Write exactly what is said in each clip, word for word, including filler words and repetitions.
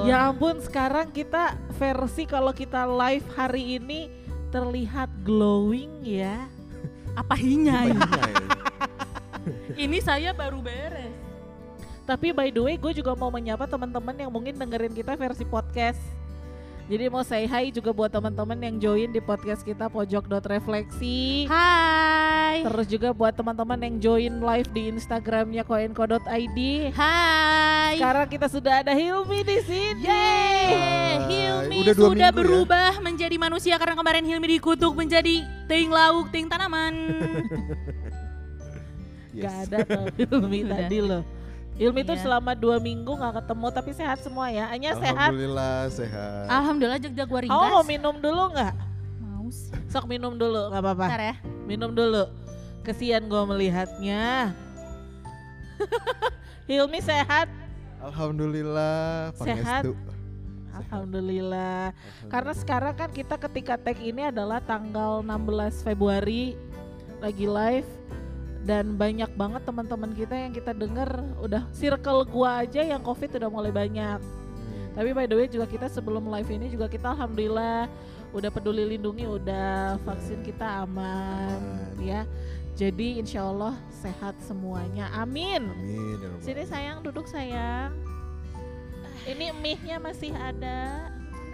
Ya ampun, sekarang kita versi kalau kita live hari ini terlihat glowing ya. Apa hinya ya? Apanya ya? Ini saya baru beres. Tapi by the way gue juga mau menyapa teman-teman yang mungkin dengerin kita versi podcast. Jadi mau say hi juga buat teman-teman yang join di podcast kita Pojok dot Refleksi. Hai. Terus juga buat teman-teman yang join live di Instagramnya koenko dot i d. Hai. Sekarang kita sudah ada Hilmi di sini. Yeay, Hilmi Udah dua sudah minggu berubah menjadi manusia karena kemarin Hilmi dikutuk menjadi ting lauk, ting tanaman. Yes. Gak ada tuh Hilmi Udah. tadi loh. Hilmi tuh Iya. selama dua minggu gak ketemu tapi sehat semua ya. Anya sehat. Alhamdulillah sehat. Alhamdulillah jag-jag gua Kamu ringkas. mau minum dulu gak? Mau sih. Sok minum dulu gak apa-apa. Bentar ya. Minum dulu. Kesian gue melihatnya. Hilmi sehat. Alhamdulillah Sehat. pangestu. Alhamdulillah. Karena sekarang kan kita ketika tag ini adalah tanggal enam belas Februari lagi live dan banyak banget teman-teman kita yang kita dengar udah circle gua aja yang covid udah mulai banyak. Tapi by the way juga kita sebelum live ini juga kita alhamdulillah udah peduli lindungi, udah vaksin kita aman, Aman. ya. Jadi insya Allah sehat semuanya. Amin. Amin ya Rabbal Sini Alamin. sayang, duduk sayang. Ini mie-nya masih ada.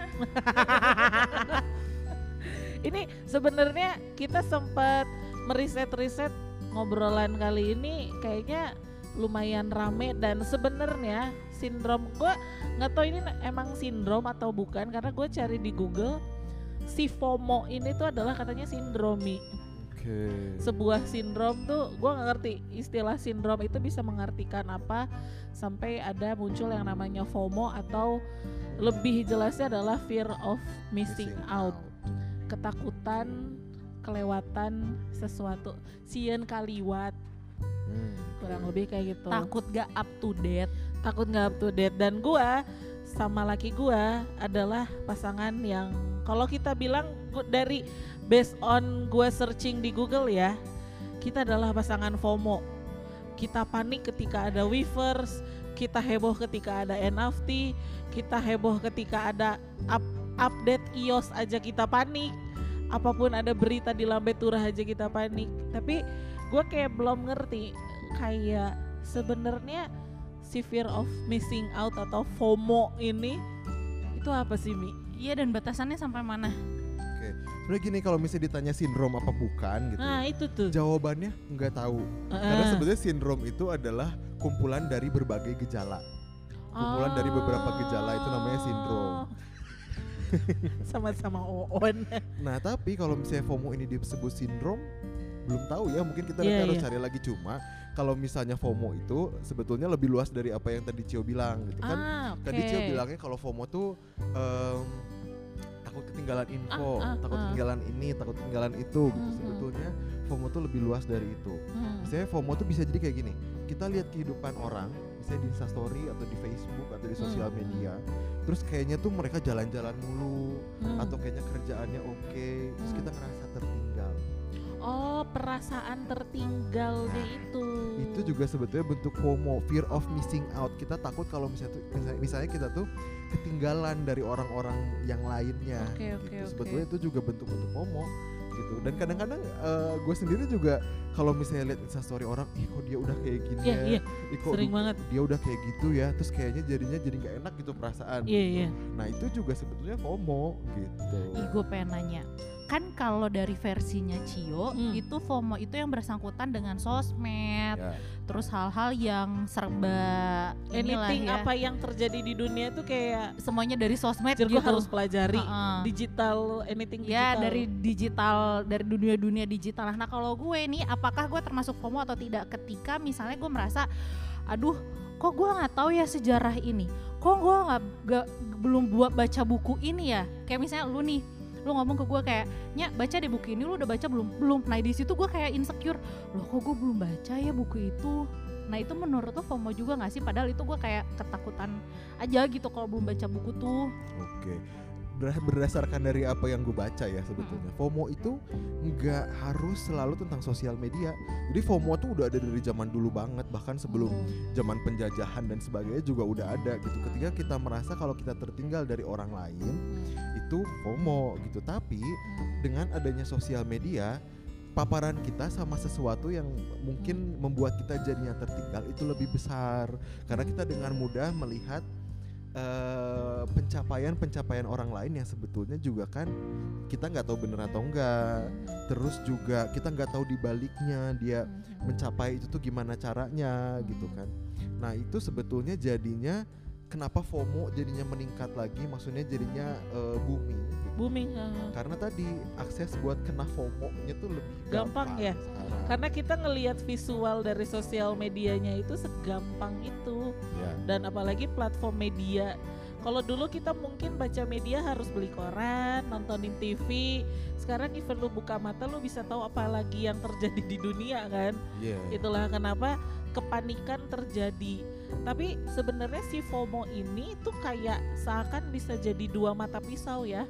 Ini sebenarnya kita sempat meriset-riset ngobrolan kali ini kayaknya lumayan rame dan sebenarnya sindrom gue nggak tahu ini emang sindrom atau bukan karena gue cari di Google si FOMO ini tuh adalah katanya sindromi. Oke. Sebuah sindrom tuh gue nggak ngerti istilah sindrom itu bisa mengartikan apa sampai ada muncul yang namanya FOMO atau lebih jelasnya adalah fear of missing out, ketakutan kelewatan sesuatu, sieun kaliwat, Hmm, kurang oke. lebih kayak gitu. Takut gak up to date. Takut nggak up to date. Dan gua sama laki gua adalah pasangan yang kalau kita bilang gu- dari based on gua searching di Google ya, kita adalah pasangan FOMO. Kita panik ketika ada Weverse, kita heboh ketika ada N F T, kita heboh ketika ada up, update i O S aja kita panik. Apapun ada berita di Lambe Turah aja kita panik. Tapi gue kayak belum ngerti kayak sebenarnya si fear of missing out atau FOMO ini itu apa sih Mi? Iya, dan batasannya sampai mana? Oke. Sebenarnya gini kalau misalnya ditanya sindrom apa bukan gitu. Nah itu tuh. Jawabannya nggak tahu. Karena Heeh. sebetulnya sindrom itu adalah kumpulan dari berbagai gejala. Kumpulan dari beberapa gejala itu namanya sindrom. Sama-sama on. Nah tapi kalau misalnya FOMO ini disebut sindrom, belum tahu ya, mungkin kita nanti Iya, harus iya. cari lagi. Cuma kalau misalnya FOMO itu sebetulnya lebih luas dari apa yang tadi Cio bilang gitu kan. Ah, oke. Tadi Cio bilangnya kalau FOMO tuh em, takut ketinggalan info, Ah, ah, takut ah. ketinggalan ini, takut ketinggalan itu gitu. Mhm. Sebetulnya FOMO tuh lebih luas dari itu. Hmm. Misalnya FOMO tuh bisa jadi kayak gini. Kita lihat kehidupan orang, misalnya di Instastory atau di Facebook atau di sosial Hmm. media. Terus kayaknya tuh mereka jalan-jalan mulu Hmm. atau kayaknya kerjaannya oke, terus Hmm. kita ngerasa tertinggal. Oh, perasaan tertinggalnya itu. Itu juga sebetulnya bentuk FOMO, fear of missing out. Kita takut kalau misalnya tuh, misalnya, misalnya kita tuh ketinggalan dari orang-orang yang lainnya. Oke, oke, gitu. oke. Sebetulnya itu juga bentuk-bentuk FOMO gitu. Dan kadang-kadang gue sendiri juga kalau misalnya lihat instastory orang, ih kok dia udah kayak gini Iya, ya, iya. ih kok Sering du- banget. dia udah kayak gitu ya, terus kayaknya jadinya jadi nggak enak gitu perasaan. Iya, gitu. iya. Nah itu juga sebetulnya FOMO gitu. Ih, gue pengen nanya. Kan kalau dari versinya Cio, Hmm. itu FOMO itu yang bersangkutan dengan sosmed, Ya. terus hal-hal yang serba inilah Anything ya. apa yang terjadi di dunia tuh kayak Semuanya dari sosmed Jadi gitu. gue harus pelajari Heeh. digital, anything Ya, digital. dari digital, dari dunia-dunia digital. Nah, kalau gue nih, apakah gue termasuk FOMO atau tidak? Ketika misalnya gue merasa, aduh, kok gue nggak tahu ya sejarah ini, kok gue nggak nggak- belum buat baca buku ini ya? Kayak misalnya lu nih, lu ngomong ke gue kayak, Nya baca deh buku ini, lu udah baca belum? Belum. Nah di situ gue kayak insecure, loh kok gue belum baca ya buku itu? Nah itu menurut lu FOMO juga gak sih? Padahal itu gue kayak ketakutan aja gitu kalau belum baca buku tuh. Oke. berdasarkan dari apa yang gue baca ya sebetulnya, FOMO itu nggak harus selalu tentang sosial media. Jadi FOMO tuh udah ada dari zaman dulu banget, bahkan sebelum zaman penjajahan dan sebagainya juga udah ada gitu. Ketika kita merasa kalau kita tertinggal dari orang lain, itu FOMO gitu. Tapi dengan adanya sosial media, paparan kita sama sesuatu yang mungkin membuat kita jadinya tertinggal itu lebih besar, karena kita dengan mudah melihat Uh, pencapaian-pencapaian orang lain yang sebetulnya juga kan kita nggak tahu bener atau enggak. Terus juga kita nggak tahu dibaliknya dia mencapai itu tuh gimana caranya gitu kan. Nah itu sebetulnya jadinya kenapa FOMO jadinya meningkat lagi, maksudnya jadinya uh, booming gitu. Booming uh. Karena tadi akses buat kena FOMO-nya tuh lebih gampang, gampang ya sekarang. Karena kita ngelihat visual dari sosial medianya itu segampang itu ya. Dan apalagi platform media, kalau dulu kita mungkin baca media harus beli koran, nontonin T V. Sekarang even lu buka mata lu bisa tahu apa lagi yang terjadi di dunia kan. yeah. Itulah kenapa kepanikan terjadi. Tapi sebenarnya si FOMO ini tuh kayak seakan bisa jadi dua mata pisau ya.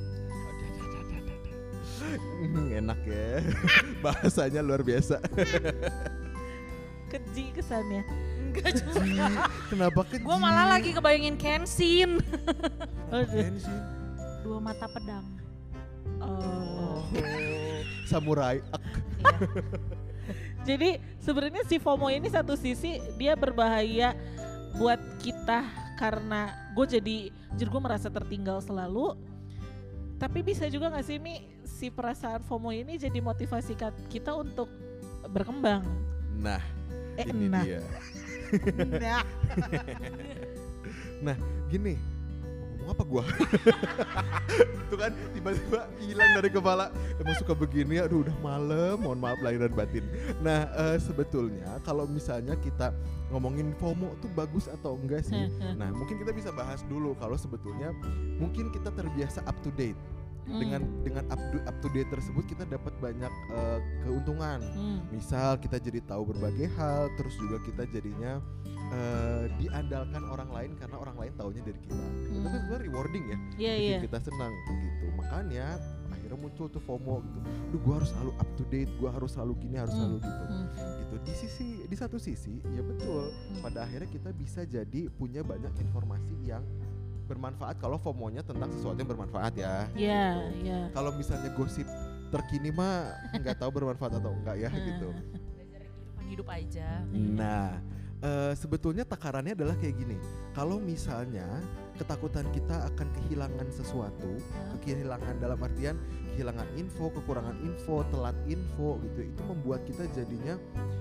Enak ya. Bahasanya luar biasa. Keji kesannya. Enggak juga. Kenapa keji? Gue malah lagi kebayangin Kenshin. Kenshin. Dua mata pedang. Oh. Samurai. Iya. Jadi sebenarnya si FOMO ini satu sisi dia berbahaya buat kita karena gue jadi jadi gue merasa tertinggal selalu. Tapi bisa juga gak sih Mi, si perasaan FOMO ini jadi motivasi kita untuk berkembang. Nah, eh, ini nah. dia. nah. Nah, gini, ngomong apa gua? Itu kan tiba-tiba hilang dari kepala. Emang suka begini, aduh udah malam, mohon maaf lahir dan batin. Nah, uh, sebetulnya kalau misalnya kita ngomongin FOMO tuh bagus atau enggak sih? Nah, mungkin kita bisa bahas dulu kalau sebetulnya mungkin kita terbiasa up to date. Hmm. dengan dengan up to, up to date tersebut kita dapat banyak uh, keuntungan. Hmm. Misal kita jadi tahu berbagai hal, terus juga kita jadinya uh, diandalkan orang lain karena orang lain taunya dari kita. Hmm. Itu kan sebenarnya rewarding ya, yeah, bikin yeah. kita senang gitu. Makanya akhirnya muncul tuh FOMO gitu. Duh, gue harus selalu up to date, gue harus selalu gini, harus hmm. selalu gitu. Hmm. Gitu. Di sisi, di satu sisi, ya betul. Hmm. Pada akhirnya kita bisa jadi punya banyak informasi yang bermanfaat kalau FOMO-nya tentang sesuatu yang bermanfaat ya. Iya, yeah, gitu. iya. Yeah. Kalau misalnya gosip terkini mah nggak tahu bermanfaat atau enggak ya gitu. Belajar kehidupan hidup aja. Nah, uh, sebetulnya takarannya adalah kayak gini. Kalau misalnya ketakutan kita akan kehilangan sesuatu, kehilangan dalam artian kehilangan info, kekurangan info, telat info gitu, itu membuat kita jadinya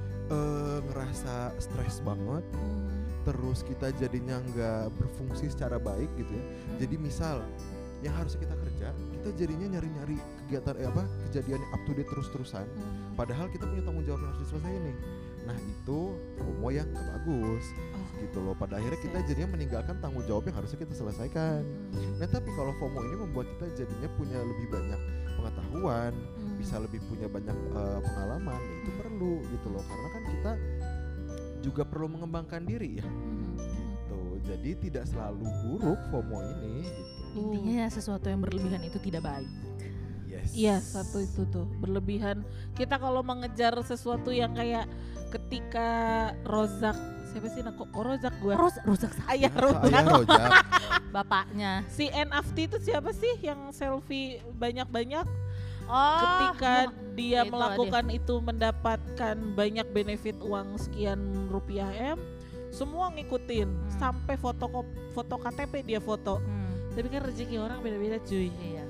uh, ngerasa stres banget. Hmm. Terus kita jadinya nggak berfungsi secara baik gitu ya. Jadi misal yang harus kita kerja, kita jadinya nyari-nyari kegiatan eh apa kejadian up to date terus-terusan. Hmm. Padahal kita punya tanggung jawab yang harus diselesaikan nih. Nah itu FOMO yang gak bagus oh. gitu loh. Pada akhirnya kita jadinya meninggalkan tanggung jawab yang harusnya kita selesaikan. Hmm. Nah tapi kalau FOMO ini membuat kita jadinya punya lebih banyak pengetahuan, hmm. bisa lebih punya banyak uh, pengalaman. Ya itu perlu gitu loh. Karena kan kita juga perlu mengembangkan diri ya, mm-hmm. gitu. Jadi tidak selalu buruk FOMO ini. Gitu. Intinya sesuatu yang berlebihan itu tidak baik. Yes. Iya satu itu tuh berlebihan. Kita kalau mengejar sesuatu yang kayak ketika Rozak, siapa sih nak kok Rozak gue? Roz, Rozak ayah Rozak. Rozak. Rozak. Bapaknya. Si N F T itu siapa sih yang selfie banyak-banyak? Oh, ketika oh, dia itu melakukan dia. itu mendapatkan banyak benefit uang sekian rupiah M, semua ngikutin hmm. sampai foto foto K T P dia foto. Hmm. Tapi kan rezeki orang beda-beda cuy. Iya.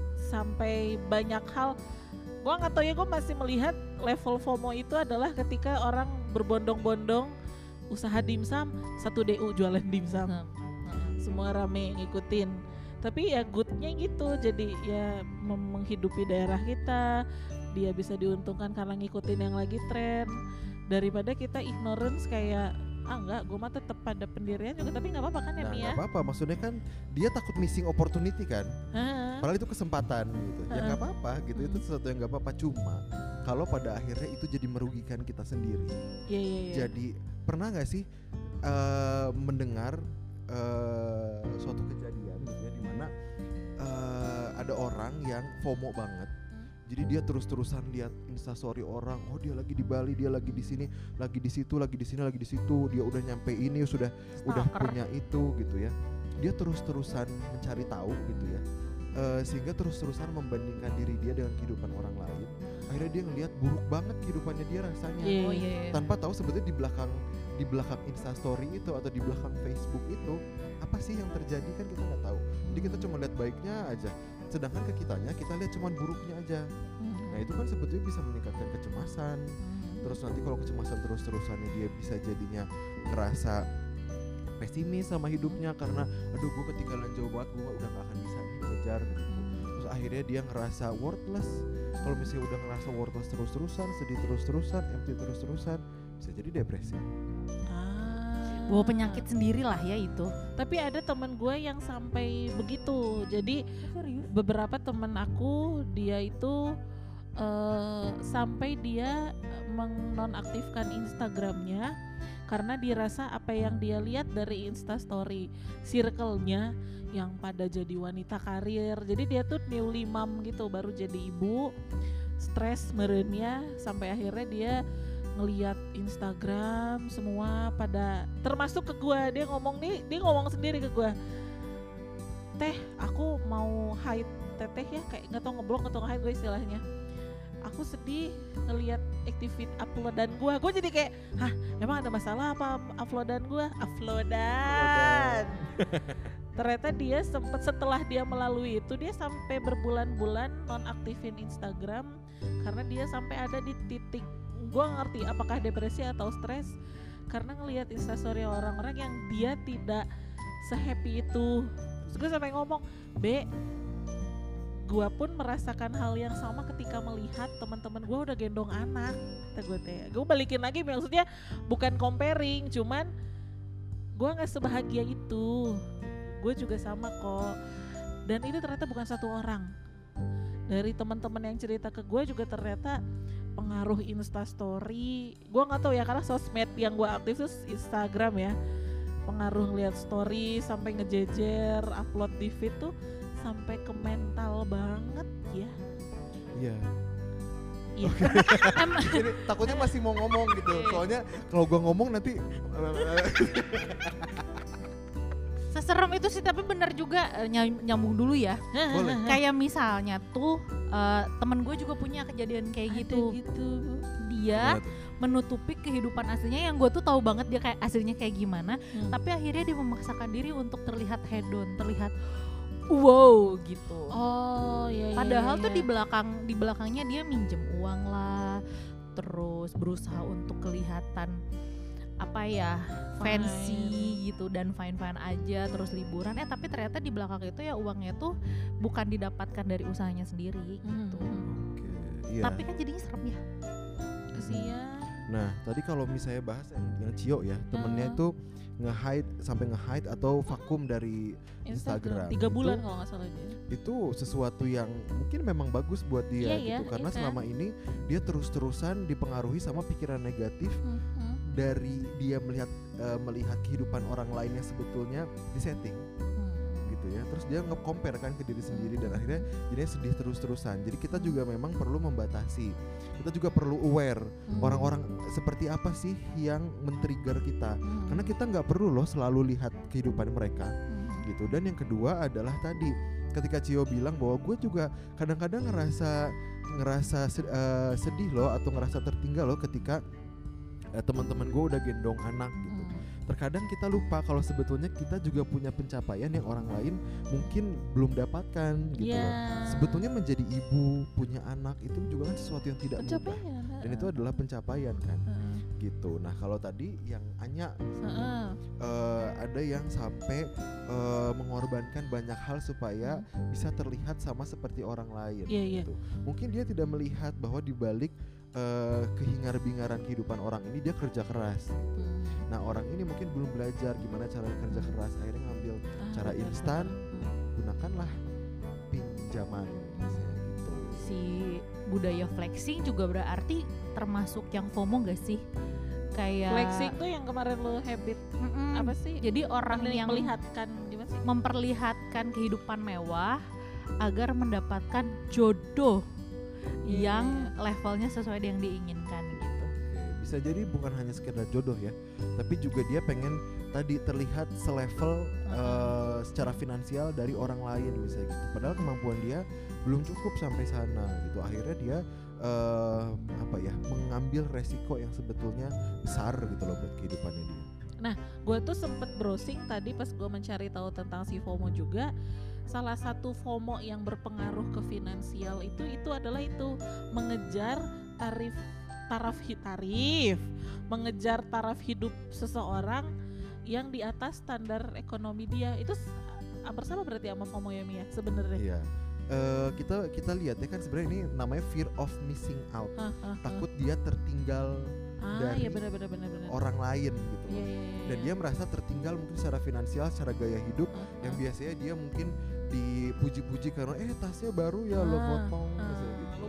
Sampai banyak hal. Gua nggak tahu ya, gue masih melihat level FOMO itu adalah ketika orang berbondong-bondong usaha dimsum, satu D U jualan dimsum. Hmm. Hmm. Semua rame ngikutin. Tapi ya goodnya gitu, jadi ya menghidupi daerah kita, dia bisa diuntungkan karena ngikutin yang lagi tren, daripada kita ignorance kayak ah enggak, gue mah tetap pada pendirian juga, tapi nggak apa-apa kan ya nah, Mia? Nggak apa-apa, maksudnya kan dia takut missing opportunity kan, uh-huh. padahal itu kesempatan gitu, uh-huh. ya nggak apa-apa gitu, uh-huh. itu sesuatu yang nggak apa-apa, cuma kalau pada akhirnya itu jadi merugikan kita sendiri. Yeah, yeah, yeah. Jadi pernah nggak sih uh, mendengar uh, suatu kejadian gitu ya, dimana uh, ada orang yang FOMO banget. Jadi dia terus-terusan lihat instastory orang, oh dia lagi di Bali, dia lagi di sini, lagi di situ, lagi di sini, lagi di situ, dia udah nyampe ini, sudah Stalker. udah punya itu gitu ya. Dia terus-terusan mencari tahu gitu ya. Uh, sehingga terus-terusan membandingkan diri dia dengan kehidupan orang lain. Akhirnya dia ngelihat buruk banget kehidupannya dia rasanya. Yeah. Oh iya. iya. Tanpa tahu sebetulnya di belakang di belakang instastory itu atau di belakang Facebook itu apa sih yang terjadi, kan kita nggak tahu. Jadi kita cuma lihat baiknya aja. Sedangkan ke kitanya kita lihat cuma buruknya aja. Nah itu kan sebetulnya bisa meningkatkan kecemasan. Terus nanti kalau kecemasan terus-terusannya dia bisa jadinya ngerasa pesimis sama hidupnya karena aduh gue ketinggalan jauh banget, gue udah gak akan bisa nih ngejar gitu. Terus akhirnya dia ngerasa worthless. Kalau misalnya udah ngerasa worthless terus-terusan, sedih terus-terusan, empty terus-terusan, bisa jadi depresi. Ah. Bawa penyakit sendiri lah ya itu. Tapi ada teman gue yang sampai begitu. Jadi Serius? beberapa teman aku dia itu uh, sampai dia menonaktifkan Instagramnya karena dirasa apa yang dia lihat dari Instastory circle-nya yang pada jadi wanita karir. Jadi dia tuh newly mom gitu, baru jadi ibu, stres merenya sampai akhirnya dia ngelihat Instagram semua pada, termasuk ke gue, dia ngomong nih, dia ngomong sendiri ke gue, teh aku mau hide teteh ya, kayak nggak tau ngeblok atau nge-hide gue istilahnya. Aku sedih ngelihat activity uploadan gue, gue jadi kayak, hah emang ada masalah apa uploadan gue? Uploadan. Ternyata dia sempat setelah dia melalui itu dia sampai berbulan-bulan nonaktifin Instagram karena dia sampai ada di titik, gue ngerti apakah depresi atau stres karena ngelihat instastory orang-orang yang dia tidak se-happy itu. Terus gue sampai ngomong, B, gue pun merasakan hal yang sama ketika melihat teman-teman gue udah gendong anak. Kata gue teh, gue balikin lagi maksudnya bukan comparing, cuman gue nggak sebahagia itu. Gue juga sama kok. Dan itu ternyata bukan satu orang. Dari teman-teman yang cerita ke gue juga ternyata pengaruh Instastory. Gue nggak tahu ya karena sosmed yang gue aktif itu Instagram ya. Pengaruh ngeliat story sampai ngejejer, upload di feed tuh sampai ke mental banget ya. Iya. Iya. Jadi takutnya masih mau ngomong gitu. Soalnya kalau gua ngomong nanti Seserem itu sih, tapi benar juga uh, nyambung dulu ya. Boleh. Kayak misalnya tuh uh, temen gue juga punya kejadian kayak gitu. gitu. Dia menutupi kehidupan aslinya yang gue tuh tahu banget dia kayak aslinya kayak gimana. Hmm. Tapi akhirnya dia memaksakan diri untuk terlihat hedon, terlihat wow gitu. Oh iya. Padahal iya, tuh iya. di belakang di belakangnya dia minjem uang lah, terus berusaha untuk kelihatan apa ya fancy gitu dan fine-fine aja, terus liburan. Eh tapi ternyata di belakang itu ya uangnya tuh bukan didapatkan dari usahanya sendiri gitu. Hmm. Oke, iya. Tapi kan jadinya serem ya. Kesian. Nah, tadi kalau misalnya bahas yang, yang Cio ya, temennya Hmm. itu nge-hide sampai nge-hide atau vakum dari Instagram. Tiga Itu- bulan kalau nggak salah dia. Itu sesuatu yang mungkin memang bagus buat dia Iya, gitu iya, karena iya kan? selama ini dia terus-terusan dipengaruhi sama pikiran negatif Hmm. dari dia melihat eh, melihat kehidupan orang lain yang sebetulnya disetting gitu ya. Terus dia nge-compare kan ke diri sendiri dan akhirnya jadinya sedih terus-terusan. Jadi kita juga memang perlu membatasi. Kita juga perlu aware orang-orang seperti apa sih yang men-trigger kita. Karena kita nggak perlu loh selalu lihat kehidupan mereka gitu. Dan yang kedua adalah tadi ketika Cio bilang bahwa gue juga kadang-kadang ngerasa ngerasa sed- eh, sedih loh atau ngerasa tertinggal loh ketika eh, teman-teman gue udah gendong anak gitu. Terkadang kita lupa kalau sebetulnya kita juga punya pencapaian yang orang lain mungkin belum dapatkan gitu Iya. loh. Sebetulnya menjadi ibu, punya anak itu juga kan sesuatu yang tidak mudah. Pencapaian. Dan itu adalah pencapaian kan gitu. Nah kalau tadi yang Anya Heeh. eh, ada yang sampai eh, mengorbankan banyak hal supaya bisa terlihat sama seperti orang lain Iya, iya. gitu. Mungkin dia tidak melihat bahwa di balik eh, kehingar-bingaran kehidupan orang ini dia kerja keras gitu. Nah orang ini mungkin belum belajar gimana cara kerja keras, akhirnya ngambil Ah, cara benar, instan. benar. gunakanlah pinjaman misalnya gitu. Si budaya flexing juga berarti termasuk yang FOMO gak sih? Kayak Flexing tuh yang kemarin lo habit Mm-mm. apa sih? Jadi orang yang melihatkan gimana sih? memperlihatkan kehidupan mewah agar mendapatkan jodoh Iya. yang levelnya sesuai dengan yang diinginkan gitu. Oke, bisa jadi bukan hanya sekedar jodoh ya, tapi juga dia pengen tadi terlihat selevel uh, secara finansial dari orang lain misalnya gitu. Padahal kemampuan dia belum cukup sampai sana gitu. Akhirnya dia uh, apa ya mengambil resiko yang sebetulnya besar gitu loh buat kehidupannya dia. Gue tuh sempet browsing tadi pas gue mencari tahu tentang si FOMO juga. Salah satu FOMO yang berpengaruh ke finansial itu itu adalah itu mengejar tarif taraf hi- tarif, mengejar taraf hidup seseorang yang di atas standar ekonomi dia. Itu s- hampir sama berarti sama FOMO ya Mia sebenarnya. Iya. Eh, kita kita lihat ya kan sebenarnya ini namanya fear of missing out. Hah, hah, hah. Takut dia tertinggal Ah dari iya benar-benar benar-benar. orang lain gitu Iya, loh. iya, iya, Dan iya. dia merasa tertinggal mungkin secara finansial, secara gaya hidup Ah, yang ah. biasanya dia mungkin dipuji-puji karena eh tasnya baru ya lo Ah, potong ah. misalnya gitu.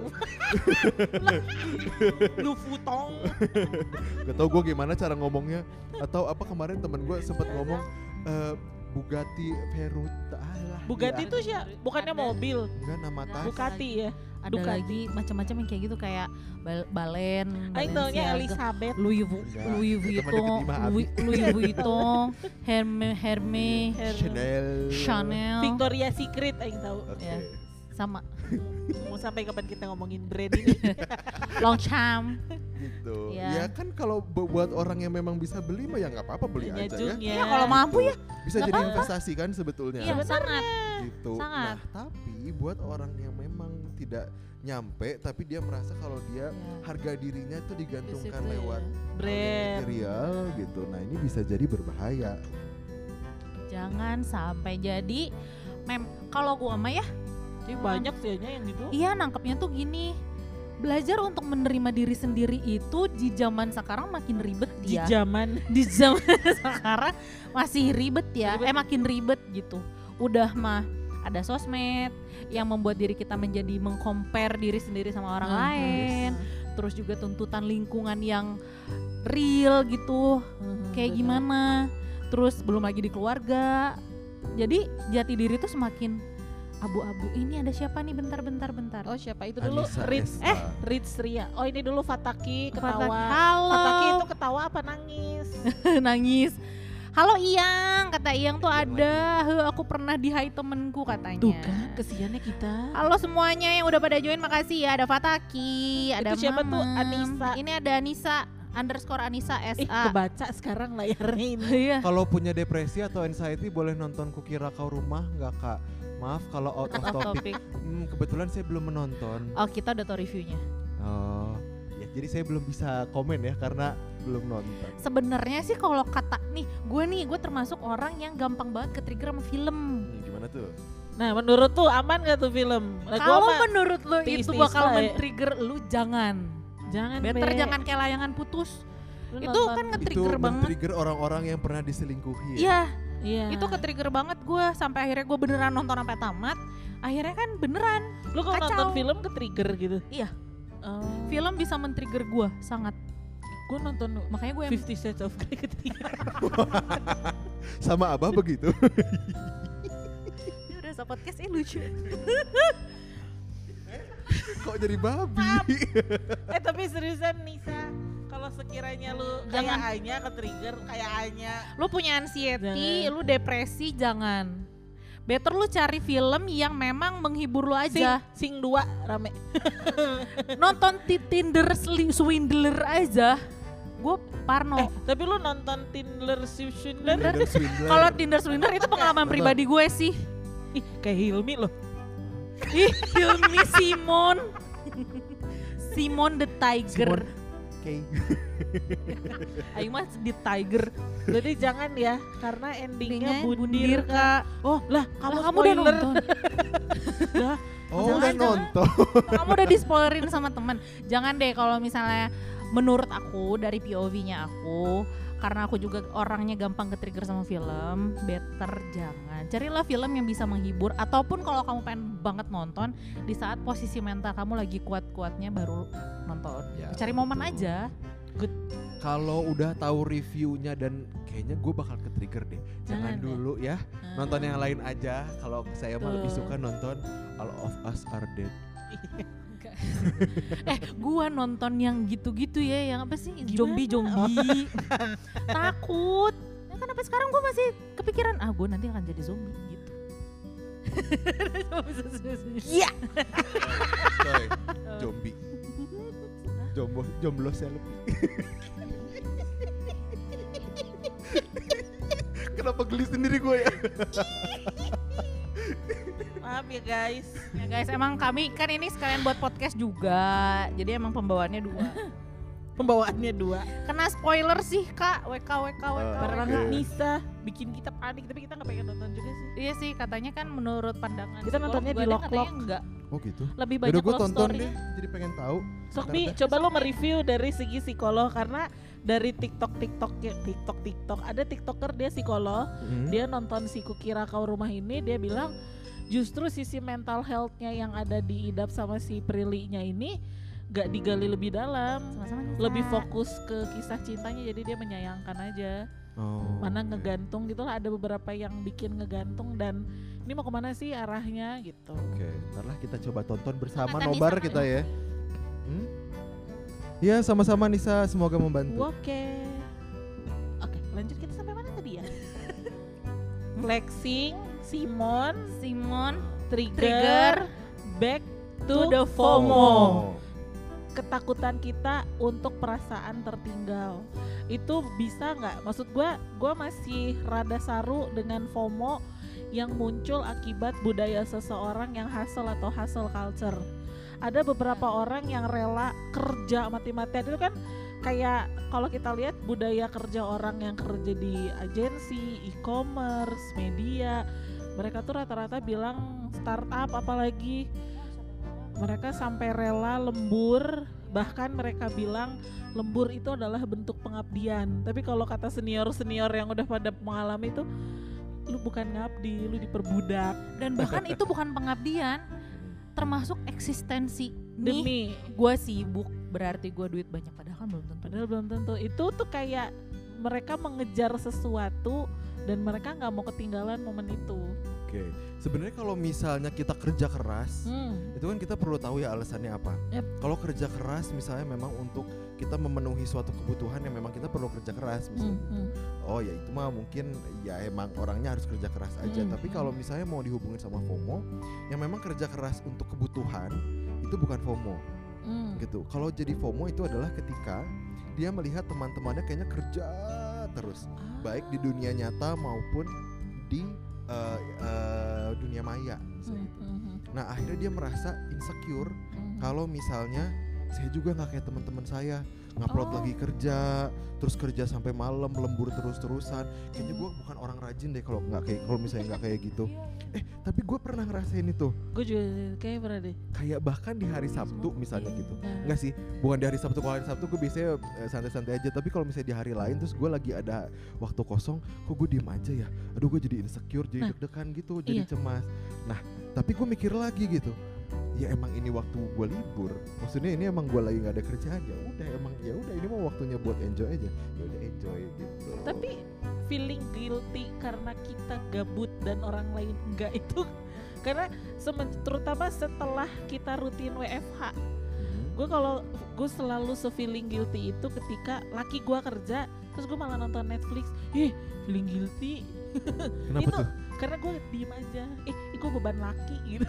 Lu futong. Gak tau gue gimana cara ngomongnya atau apa kemarin temen gue sempet ngomong eh, Bugatti Veruta alah, Bugatti ya. tuh sih bukannya Ada. mobil. Enggak nama tas. Bugatti ya. Ada Ducati. lagi macam-macam yang kayak gitu kayak bal- balen, Aing taunya Balenciaga, Elizabeth. Louis, Vu- Enggak, Louis itu teman Vuitton, deket Ima Abi. Louis, Louis Vuitton, Herme, Herme, Her- Chanel. Chanel, Victoria Secret aing tahu. Oke. Ya. sama Mau sampai kapan kita ngomongin brand ini? Longchamp. Gitu. Iya. Ya kan kalau bu- buat orang yang memang bisa beli mah ya nggak apa-apa beli aja ya. Nyajungnya. Iya kalau mampu ya. Bisa nggak jadi apa-apa. investasi kan sebetulnya. Iya sangat. Gitu. sangat. Nah, tapi buat orang yang memang tidak nyampe tapi dia merasa kalau dia Ya. harga dirinya itu digantungkan Di situ ya. lewat brand. material gitu. Nah, ini bisa jadi berbahaya. Jangan sampai jadi mem. Kalau gua mah ya, Jadi banyak sih yang gitu. iya nangkepnya tuh gini. Belajar untuk menerima diri sendiri itu di zaman sekarang makin ribet Di ya. zaman Di zaman sekarang masih ribet ya. Ribet. Eh makin ribet gitu. Udah mah ada sosmed yang membuat diri kita menjadi mengcompare diri sendiri sama orang Hmm, lain. Terus juga tuntutan lingkungan yang real gitu. Kayak gimana? Terus belum lagi di keluarga. Jadi jati diri tuh semakin abu-abu. Ini ada siapa nih? Bentar, bentar, bentar. Oh siapa itu dulu? Anissa Ritz Esa. eh Ritz Ria. Oh ini dulu Fataki ketawa. Fataki, halo. Fataki itu ketawa apa nangis? Nangis. Halo Iyang, kata Iyang tuh Iyang ada. Heh, aku pernah di hai temenku katanya. Tuh kan kesiannya kita. Halo semuanya yang udah pada join, makasih ya. Ada Fataki, ada Itu siapa tuh? Mamam. Anissa. Ini ada Anissa underscore Anissa S Ih A. kebaca sekarang layarnya ini. Iya. Kalau punya depresi atau anxiety boleh nonton Kukira Kau Rumah nggak kak? Maaf kalau out of Off topic. topic. Hmm, kebetulan saya belum menonton. Oh kita udah tau reviewnya. Oh, ya jadi saya belum bisa komen ya karena belum nonton. Sebenarnya sih kalau kata nih, gue nih gue termasuk orang yang gampang banget ke-trigger sama film. Hmm, gimana tuh? Nah menurut tuh aman gak tuh film? Nah, gua Kalau mah menurut lo itu tiis-tiis bakal lah ya. men-trigger lu, jangan. jangan Better Be. jangan kayak layangan putus. Lu Itu nonton- kan Itu nge-trigger banget. men-trigger orang-orang yang pernah diselingkuhi. ya? Iya, Iya. itu ke-trigger banget gue sampai akhirnya gue beneran nonton sampai tamat. Akhirnya kan beneran Lu kalau kacau. nonton film ke trigger gitu? Iya. Oh. film bisa men-trigger gue sangat. Gue nonton Makanya gue yang Fifty Shades of Grey ke trigger. Sama Abah begitu. Dia udah sa podcast ini lucu. Kok jadi babi? eh tapi seriusan Nisa, kalau sekiranya lu Jangan. kayak Anya ke trigger kayak Anya. Lu punya anxiety, Jangan. lu depresi, jangan. Better lu cari film yang memang menghibur lu Sing, aja. sing dua rame. Nonton ti- Tinder sli- Swindler aja. Gue parno. Eh tapi lu nonton Tinder Swindler? Tinder Swindler. Kalau Tinder Swindler itu pengalaman Nonton. pribadi gue sih. Ih kayak Hilmi loh. Ih, Hilmi Simon. Simon the Tiger. Simon. Oke. Ayo mas di Tiger. Jadi jangan ya karena endingnya bundir, bundir kak. Oh lah kamu, Lah, kamu udah spoiler. nonton. Dah, Oh, Jangan, udah jangan. nonton. Kamu udah di spoilerin sama teman. Jangan deh kalau misalnya menurut aku dari P O V-nya aku, karena aku juga orangnya gampang ke-trigger sama film, better jangan. Carilah film yang bisa menghibur, ataupun kalau kamu pengen banget nonton di saat posisi mental kamu lagi kuat-kuatnya baru nonton. Ya, Cari momen betul. aja. kalau udah tahu reviewnya dan kayaknya gue bakal ke-trigger deh. Jangan Jangan dulu ya. Ah. Nonton yang lain aja. Kalau saya mah lebih Tuh. suka nonton All of Us Are Dead. eh gua nonton yang gitu-gitu ya, yang apa sih, Gimana? zombie-zombie. Takut. Ya kan sampai sekarang gua masih kepikiran, ah gua nanti akan jadi zombie gitu. Iya. Coy, zombie. Jombo, jomblo selfie. Kenapa geli sendiri gue ya? Maaf ya guys. Ya guys, emang kami kan ini sekalian buat podcast juga. Jadi emang pembawaannya dua. Pembawaannya dua. Kena spoiler sih Kak, W K W K W K. Uh, Karena Oke. nggak bisa bikin kita panik, tapi kita nggak pengen nonton juga sih. Iya sih, katanya kan menurut pandangan Kita psikolog nontonnya juga di ada Lock katanya Lock. enggak. Oh gitu. Lebih Udah banyak gue love tonton story. deh, jadi pengen tahu. Sok Ntar Bi, dah. coba lo mereview dari segi psikolog karena dari TikTok TikTok TikTok TikTok ada TikToker dia psikolog, Hmm. dia nonton si Kukira Kau Rumah Ini, dia bilang justru sisi mental health-nya yang ada di idap sama si Prilly-nya ini gak digali lebih dalam, Sama-sama Nisa. lebih fokus ke kisah cintanya, jadi dia menyayangkan aja. Oh, Mana oke. ngegantung gitu lah, ada beberapa yang bikin ngegantung dan ini mau kemana sih arahnya gitu. Oke, ntar lah kita coba tonton bersama Akan nobar Nisa kita ya. Hmm? Ya sama-sama Nisa, semoga membantu. Oke. Oke, lanjut kita sampai mana tadi ya? Flexing, Simon, Simon Trigger, Trigger, back to to, the FOMO. FOMO. Ketakutan kita untuk perasaan tertinggal. Itu bisa nggak? Maksud gue, gue masih rada saru dengan FOMO yang muncul akibat budaya seseorang yang hustle atau hustle culture. Ada beberapa orang yang rela kerja mati-matian, itu kan kayak kalau kita lihat budaya kerja orang yang kerja di agensi, e-commerce, media, mereka tuh rata-rata bilang startup apalagi mereka sampai rela lembur, bahkan mereka bilang lembur itu adalah bentuk pengabdian. Tapi kalau kata senior-senior yang udah pada mengalami itu, lu bukan ngabdi, lu diperbudak dan bahkan itu bukan pengabdian, termasuk eksistensi. Nih, demi. gue sibuk berarti gue duit banyak, padahal kan belum tentu. Padahal belum tentu. Itu tuh kayak mereka mengejar sesuatu dan mereka nggak mau ketinggalan momen itu. Oke, sebenarnya kalau misalnya kita kerja keras, Hmm. itu kan kita perlu tahu ya alasannya apa. Yep. Kalau kerja keras misalnya memang untuk kita memenuhi suatu kebutuhan yang memang kita perlu kerja keras misalnya. Hmm, hmm. Oh ya itu mah mungkin ya emang orangnya harus kerja keras aja. Hmm, Tapi hmm. kalau misalnya mau dihubungin sama FOMO, yang memang kerja keras untuk kebutuhan itu bukan FOMO Hmm. gitu. Kalau jadi FOMO itu adalah ketika dia melihat teman-temannya kayaknya kerja terus, baik di dunia nyata maupun di uh, uh, dunia maya misalnya Hmm, gitu. hmm, hmm. Nah akhirnya dia merasa insecure Hmm. kalau misalnya saya juga nggak kayak teman-teman saya ngupload Oh. lagi kerja, terus kerja sampai malam, lembur terus-terusan. Kayaknya gue bukan orang rajin deh kalau nggak kayak kalau misalnya nggak kayak gitu. Eh tapi gue pernah ngerasain itu. Gue juga kayak pernah deh. Kayak bahkan di hari Sabtu misalnya gitu. Nah. Enggak sih, bukan di hari Sabtu. Kalau hari Sabtu gue biasanya eh, santai-santai aja. Tapi kalau misalnya di hari lain terus gue lagi ada waktu kosong, kok gue diem aja ya. Aduh gue jadi insecure, jadi Nah, deg-degan gitu, jadi iya. cemas. Nah tapi gue mikir lagi gitu. Ya emang ini waktu gue libur. Maksudnya ini emang gue lagi nggak ada kerjaan. Ya udah emang ya udah ini mau waktunya buat enjoy aja. Ya udah enjoy gitu. Tapi feeling guilty karena kita gabut dan orang lain enggak itu karena semen, terutama setelah kita rutin W F H, Hmm. gue kalau gue selalu se-feeling guilty itu ketika laki gue kerja terus gue malah nonton Netflix. Ih, feeling guilty. Kenapa itu tuh? karena gue diem aja. Eh, gue beban laki gitu.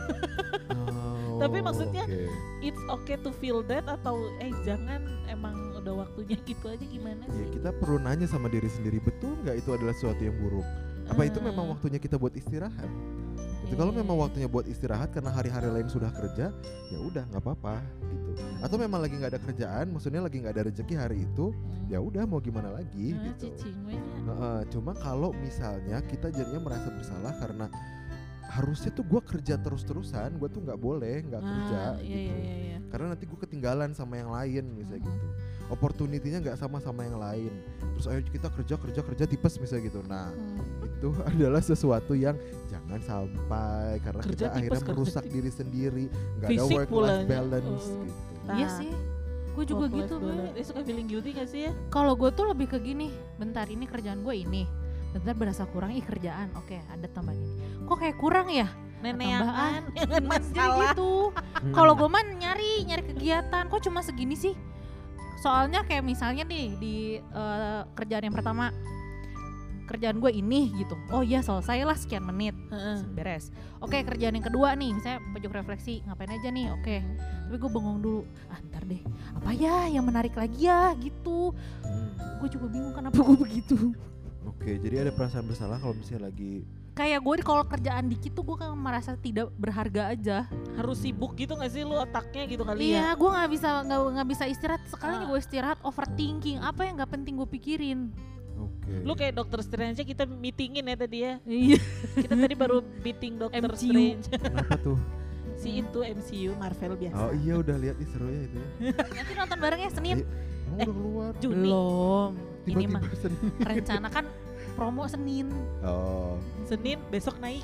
Oh, Tapi maksudnya oke. It's okay to feel that atau eh jangan emang udah waktunya gitu aja gimana Ya sih? kita perlu nanya sama diri sendiri, betul nggak itu adalah sesuatu yang buruk? Apa itu Ah. memang waktunya kita buat istirahat? Itu Iya, kalau iya, memang iya. waktunya buat istirahat karena hari-hari lain sudah kerja, ya udah nggak apa-apa gitu. Atau memang lagi nggak ada kerjaan, maksudnya lagi nggak ada rezeki hari itu, Hmm. ya udah mau gimana lagi Ah, gitu. cicing we nya. Heeh, cuma kalau misalnya kita jadinya merasa bersalah karena harusnya tuh gue kerja terus-terusan, gue tuh nggak boleh nggak kerja Ah, iya, gitu. iya, iya, iya. Karena nanti gue ketinggalan sama yang lain misalnya Mhm. gitu. Opportunity-nya nggak sama sama yang lain. Terus ayo kita kerja kerja kerja tipes misalnya gitu. Nah Hmm. itu adalah sesuatu yang jangan sampai karena Kerja kita tipes, akhirnya kerja merusak tipes. diri sendiri, nggak ada Fisik work life pulanya. balance Oh. gitu. Iya Nah, sih. Gue juga Work-life gitu. balance. Eh suka feeling guilty gak sih ya? Kalau gue tuh lebih ke gini, bentar ini kerjaan gue ini, bentar berasa kurang, ih kerjaan, oke ada tambahan ini. Kok kayak kurang ya? Neneangan, jangan Jadi masalah. gitu. Kalau gue mah nyari nyari kegiatan, kok cuma segini sih? Soalnya kayak misalnya nih di uh, kerjaan yang pertama, kerjaan gue ini gitu. Oh iya selesai lah sekian menit, Heeh. beres. Oke kerjaan yang kedua nih, misalnya pojok refleksi, ngapain aja nih? Oke. Tapi gue bengong dulu. Ah ntar deh, apa ya yang menarik lagi ya gitu. Hmm. Gue juga bingung kenapa gue begitu. Oke, jadi ada perasaan bersalah kalau misalnya lagi Kayak gue kalau kerjaan dikit tuh gue kan merasa tidak berharga aja. Harus sibuk gitu gak sih lu otaknya gitu kali Iya, ya? gue nggak bisa nggak nggak bisa istirahat. Sekali Ah. gue istirahat overthinking. Apa yang nggak penting gue pikirin. Oke. Lu kayak dokter Strange aja kita meetingin ya tadi ya. Iya. Kita tadi baru meeting dokter M C U. Strange. Kenapa tuh? Si itu M C U Marvel biasa. Oh iya udah lihat nih seru ya itu. ya. Nanti nonton barengnya Senin. Iya. Emang Eh, udah keluar. Juni. Belum. Ini Tiba-tiba mah Senin. rencana kan promo Senin. Oh. Senin besok naik.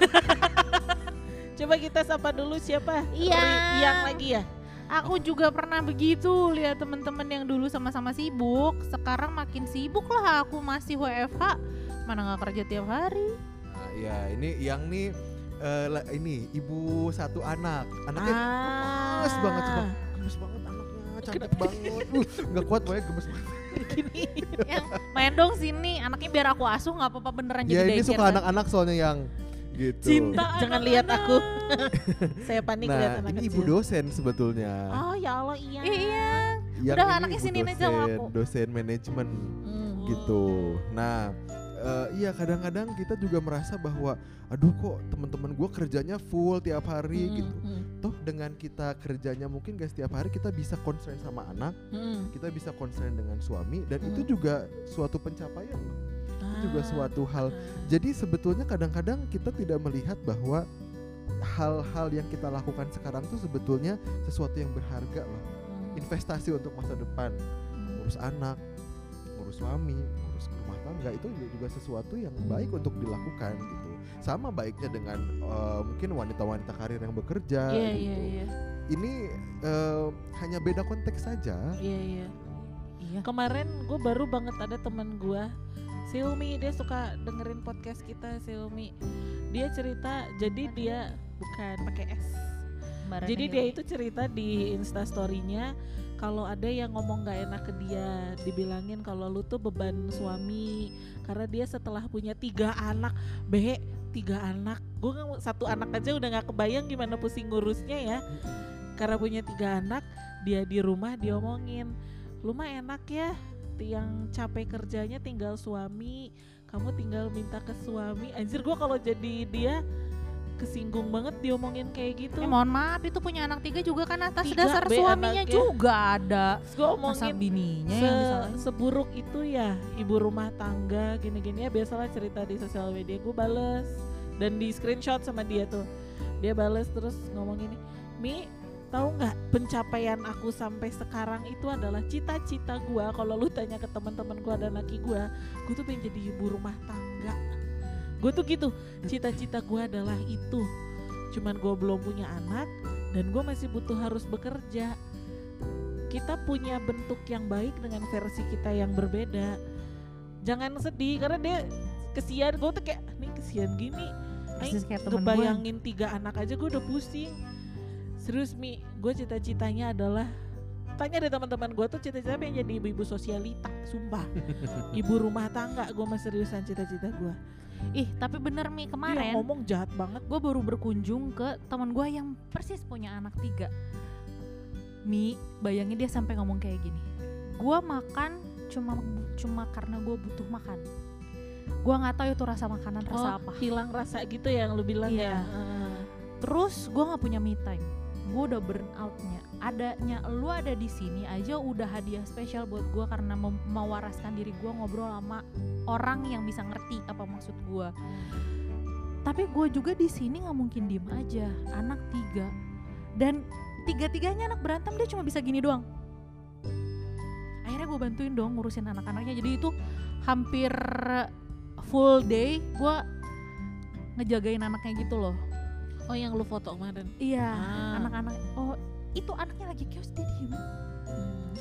Coba kita sapa dulu siapa? Iya. Ri- Yang lagi ya? Aku juga pernah begitu lihat teman-teman yang dulu sama-sama sibuk. Sekarang makin sibuk lah. Aku masih W F H. Mana nggak kerja tiap hari. Nah, ya ini yang nih eh, la- ini ibu satu anak. Anaknya Ah. gemes banget coba. Gemes banget anaknya, cantik banget. Uh, nggak kuat pokoknya gemes banget. Gini. Yang main dong sini. Anaknya biar aku asuh nggak apa-apa beneran Ya jadi ini daycare suka kan. anak-anak soalnya yang gitu. Cinta Jangan anak-anak. lihat aku. Saya panik lihat Nah, anak ini kecil. ibu dosen sebetulnya. Oh ya Allah iya. Iya. Yang Udah, ini anaknya ibu siniin aja sama dosen, aku. dosen manajemen Hmm. gitu. Nah, eh, iya kadang-kadang kita juga merasa bahwa aduh kok teman-teman gue kerjanya full tiap hari Hmm, gitu. hmm, Toh dengan kita kerjanya mungkin gak setiap hari kita bisa concern sama anak, hmm. kita bisa concern dengan suami dan Hmm. itu juga suatu pencapaian loh. Itu juga Ah. suatu hal. Jadi sebetulnya kadang-kadang kita tidak melihat bahwa hal-hal yang kita lakukan sekarang tuh sebetulnya sesuatu yang berharga loh. Hmm. Investasi untuk masa depan, ngurus anak, ngurus suami, ngurus rumah tangga itu juga sesuatu yang baik untuk dilakukan gitu. Sama baiknya dengan eh, mungkin wanita-wanita karir yang bekerja Iya gitu. iya iya. Ini eh, hanya beda konteks saja. Iya iya. Iya. Kemarin gue baru banget ada teman gue, Silmi, dia suka dengerin podcast kita. Silmi, dia cerita, jadi dia bukan pakai S. Barang Jadi aja. dia itu cerita di Instastory-nya kalau ada yang ngomong gak enak ke dia, dibilangin kalau lu tuh beban suami karena dia setelah punya tiga anak, behe tiga anak, gue satu anak aja udah nggak kebayang gimana pusing ngurusnya ya. Karena punya tiga anak, dia di rumah diomongin, lu mah enak ya, yang capek kerjanya tinggal suami, kamu tinggal minta ke suami. Anjir, gue kalau jadi dia kesinggung banget diomongin kayak gitu. Eh mohon maaf itu punya anak tiga juga kan atas Tiga, dasar be suaminya anaknya. juga ada. Gue Masa omongin bininya se- yang disalahin. seburuk itu ya ibu rumah tangga gini-gini ya, biasalah cerita di sosial media. Gue bales dan di screenshot sama dia tuh, dia bales terus ngomong gini, Mi tahu nggak pencapaian aku sampai sekarang itu adalah cita-cita gue. Kalau lu tanya ke teman-teman gue dan laki gue, gue tuh pengen jadi ibu rumah tangga. Gue tuh gitu, cita-cita gue adalah itu. Cuman gue belum punya anak dan gue masih butuh harus bekerja. Kita punya bentuk yang baik dengan versi kita yang berbeda. Jangan sedih karena dia kesian. Gue tuh kayak nih kesian gini. Persis kayak temen gue. Ngebayangin tiga anak aja gue udah pusing. Serius Mi, gue cita-citanya adalah, tanya deh teman-teman gue tuh cita-cita pengen jadi ibu-ibu sosialita, sumpah. Ibu rumah tangga, gue mah seriusan cita-cita gue. Ih tapi bener Mi Dia kemarin ngomong jahat banget. gue baru berkunjung ke teman gue yang persis punya anak tiga. Mi bayangin dia sampai ngomong kayak gini, gue makan cuma cuma karena gue butuh makan. Gue nggak tahu itu rasa makanan rasa Oh, apa. hilang rasa gitu ya yang lu bilang Iya. ya. Heeh. Terus gue nggak punya me time. Gue udah burn outnya. Adanya lu ada di sini aja udah hadiah spesial buat gue karena mem- mewaraskan diri gue ngobrol sama orang yang bisa ngerti apa maksud gue. Tapi gue juga di sini nggak mungkin diem aja. Anak tiga dan tiga-tiganya anak berantem, dia cuma bisa gini doang. Akhirnya gue bantuin dong ngurusin anak-anaknya. Jadi itu hampir full day gue ngejagain anaknya gitu loh. Oh yang lu foto kemarin. Iya, Ah. anak-anak. Oh, itu anaknya lagi chaos dia diem. Hmm.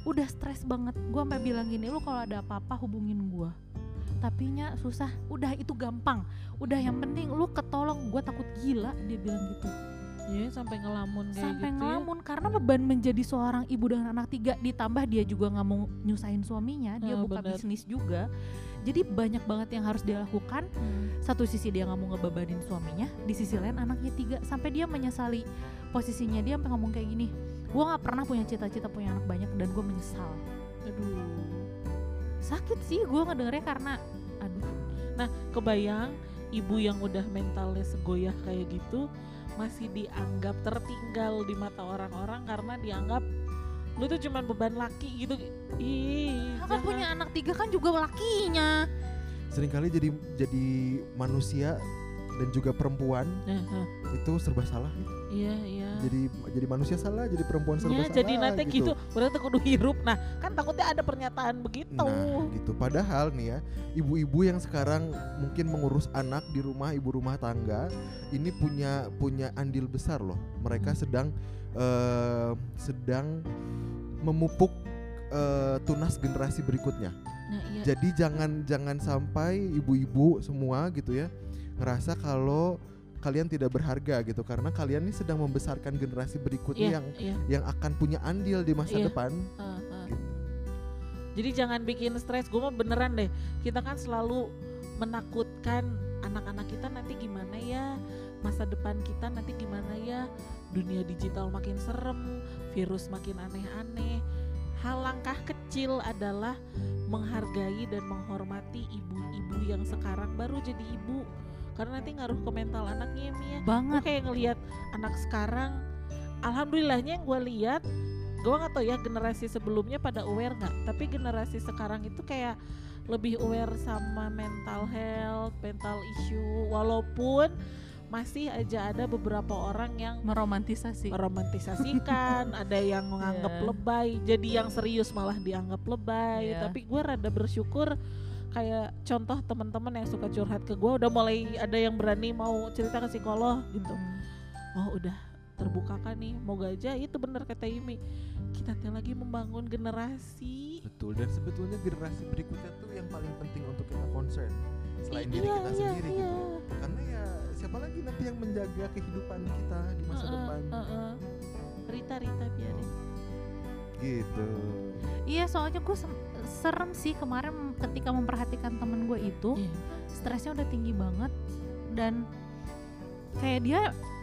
udah stres banget. Gue sampai bilang gini, lu kalau ada apa-apa hubungin gue. Tapi nya susah, udah itu gampang. Udah yang penting lu ketolong, gue takut gila, dia bilang gitu. Iya, sampai ngelamun kayak Sampai gitu ngelamun ya. Karena beban menjadi seorang ibu dengan anak tiga, ditambah dia juga gak mau nyusahin suaminya, dia Oh, buka bener. bisnis juga. Jadi banyak banget yang harus dia lakukan. Hmm. Satu sisi dia gak mau ngebebanin suaminya, di sisi lain anaknya tiga. Sampai dia menyesali posisinya, dia sampai ngomong kayak gini, gue gak pernah punya cita-cita punya anak banyak dan gue menyesal. Aduh. Sakit sih gue ngedengernya karena aduh. Nah, kebayang ibu yang udah mentalnya segoyah kayak gitu masih dianggap tertinggal di mata orang-orang karena dianggap lu tuh cuman beban laki gitu. Ih, Kan jangan. punya anak tiga kan juga lakinya. Seringkali jadi jadi manusia dan juga perempuan Nah, nah, itu serba salah gitu. iya, iya. Jadi jadi manusia salah, jadi perempuan serba Ya, salah. jadi nanti gitu, berarti kudu hirup. Nah, kan takutnya ada pernyataan begitu. Nah, gitu. Padahal nih ya, ibu-ibu yang sekarang mungkin mengurus anak di rumah, ibu rumah tangga, ini punya punya andil besar loh. Mereka Hmm. sedang eh, sedang memupuk eh, tunas generasi berikutnya. Nah, iya. Jadi jangan jangan sampai ibu-ibu semua gitu ya ngerasa kalau kalian tidak berharga gitu karena kalian ini sedang membesarkan generasi berikutnya Iya, yang iya. yang akan punya andil di masa Iya. depan. Uh, uh. Gitu. Jadi jangan bikin stres. Gue mah beneran deh. Kita kan selalu menakutkan anak-anak kita nanti gimana ya, masa depan kita nanti gimana ya, dunia digital makin serem, virus makin aneh-aneh. Hal langkah kecil adalah menghargai dan menghormati ibu-ibu yang sekarang baru jadi ibu. Karena nanti ngaruh ke mental anaknya ya, Mia. Gue Banget. kayak ngelihat anak sekarang, alhamdulillahnya yang gue lihat, gue nggak tahu ya generasi sebelumnya pada aware nggak, tapi generasi sekarang itu kayak lebih aware sama mental health, mental issue, walaupun masih aja ada beberapa orang yang Meromantisasi. meromantisasikan, ada yang menganggap Yeah. lebay, jadi yang serius malah dianggap lebay. Yeah. Tapi gue rada bersyukur kayak contoh teman-teman yang suka curhat ke gue udah mulai ada yang berani mau cerita ke psikolog gitu. Hmm. Oh udah terbuka kan nih, moga aja itu bener kata Imi, kita teh lagi membangun generasi. Betul, dan sebetulnya generasi berikutnya tuh yang paling penting untuk kita concern selain diri Iya, kita iya, sendiri iya. gitu. Karena ya siapa lagi nanti yang menjaga kehidupan kita di masa Uh-uh, depan uh-uh. Rita Rita biarin. gitu. Iya, soalnya gue serem sih kemarin ketika memperhatikan temen gue itu, Iya. stresnya udah tinggi banget dan kayak dia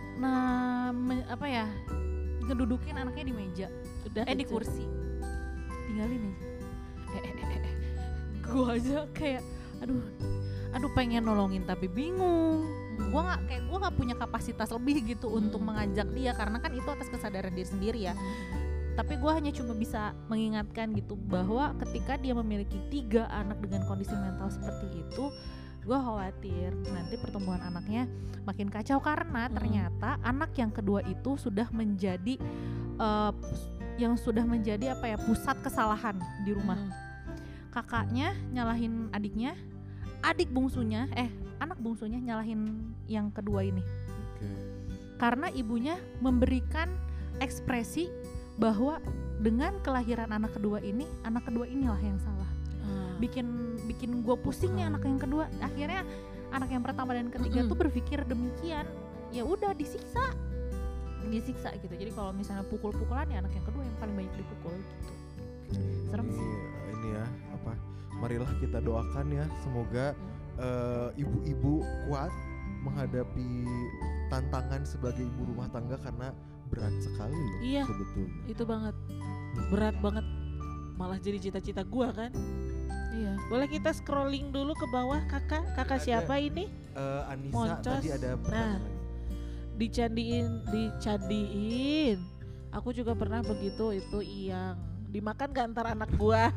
nah me- apa ya ngedudukin anaknya di meja, Udah eh di aja. kursi, tinggalin aja. Eh, eh, eh, eh. Gue aja kayak aduh aduh pengen nolongin tapi bingung. Hmm. Gue nggak kayak gue nggak punya kapasitas lebih gitu untuk Hmm. mengajak dia karena kan itu atas kesadaran diri sendiri ya. Hmm. Tapi gue hanya cuma bisa mengingatkan gitu bahwa ketika dia memiliki tiga anak dengan kondisi mental seperti itu, gue khawatir nanti pertumbuhan anaknya makin kacau karena Hmm. ternyata anak yang kedua itu sudah menjadi uh, yang sudah menjadi apa ya pusat kesalahan di rumah. Hmm. Kakaknya nyalahin adiknya, adik bungsunya eh anak bungsunya nyalahin yang kedua ini Oke. karena ibunya memberikan ekspresi bahwa dengan kelahiran anak kedua ini, anak kedua inilah yang salah. Ah. Bikin bikin gue pusing nih Hmm. anak yang kedua. Akhirnya anak yang pertama dan ketiga Mm-mm. tuh berpikir demikian. Ya udah disiksa, disiksa gitu. Jadi kalau misalnya pukul-pukulan ya anak yang kedua yang paling banyak dipukul gitu. Serem ini, sih. ini ya apa? Marilah kita doakan ya semoga eh, ibu-ibu kuat menghadapi tantangan sebagai ibu rumah tangga karena berat sekali loh Iya. sebetulnya. Itu banget, berat banget, malah jadi cita-cita gua kan. Iya. Boleh kita scrolling dulu ke bawah, kakak kakak Ada. siapa ini? Eh, Anissa Moncos. tadi ada pertanyaan lagi. Dicandiin, dicandiin. Aku juga pernah begitu, itu Iyang. Dimakan gak antar anak gua?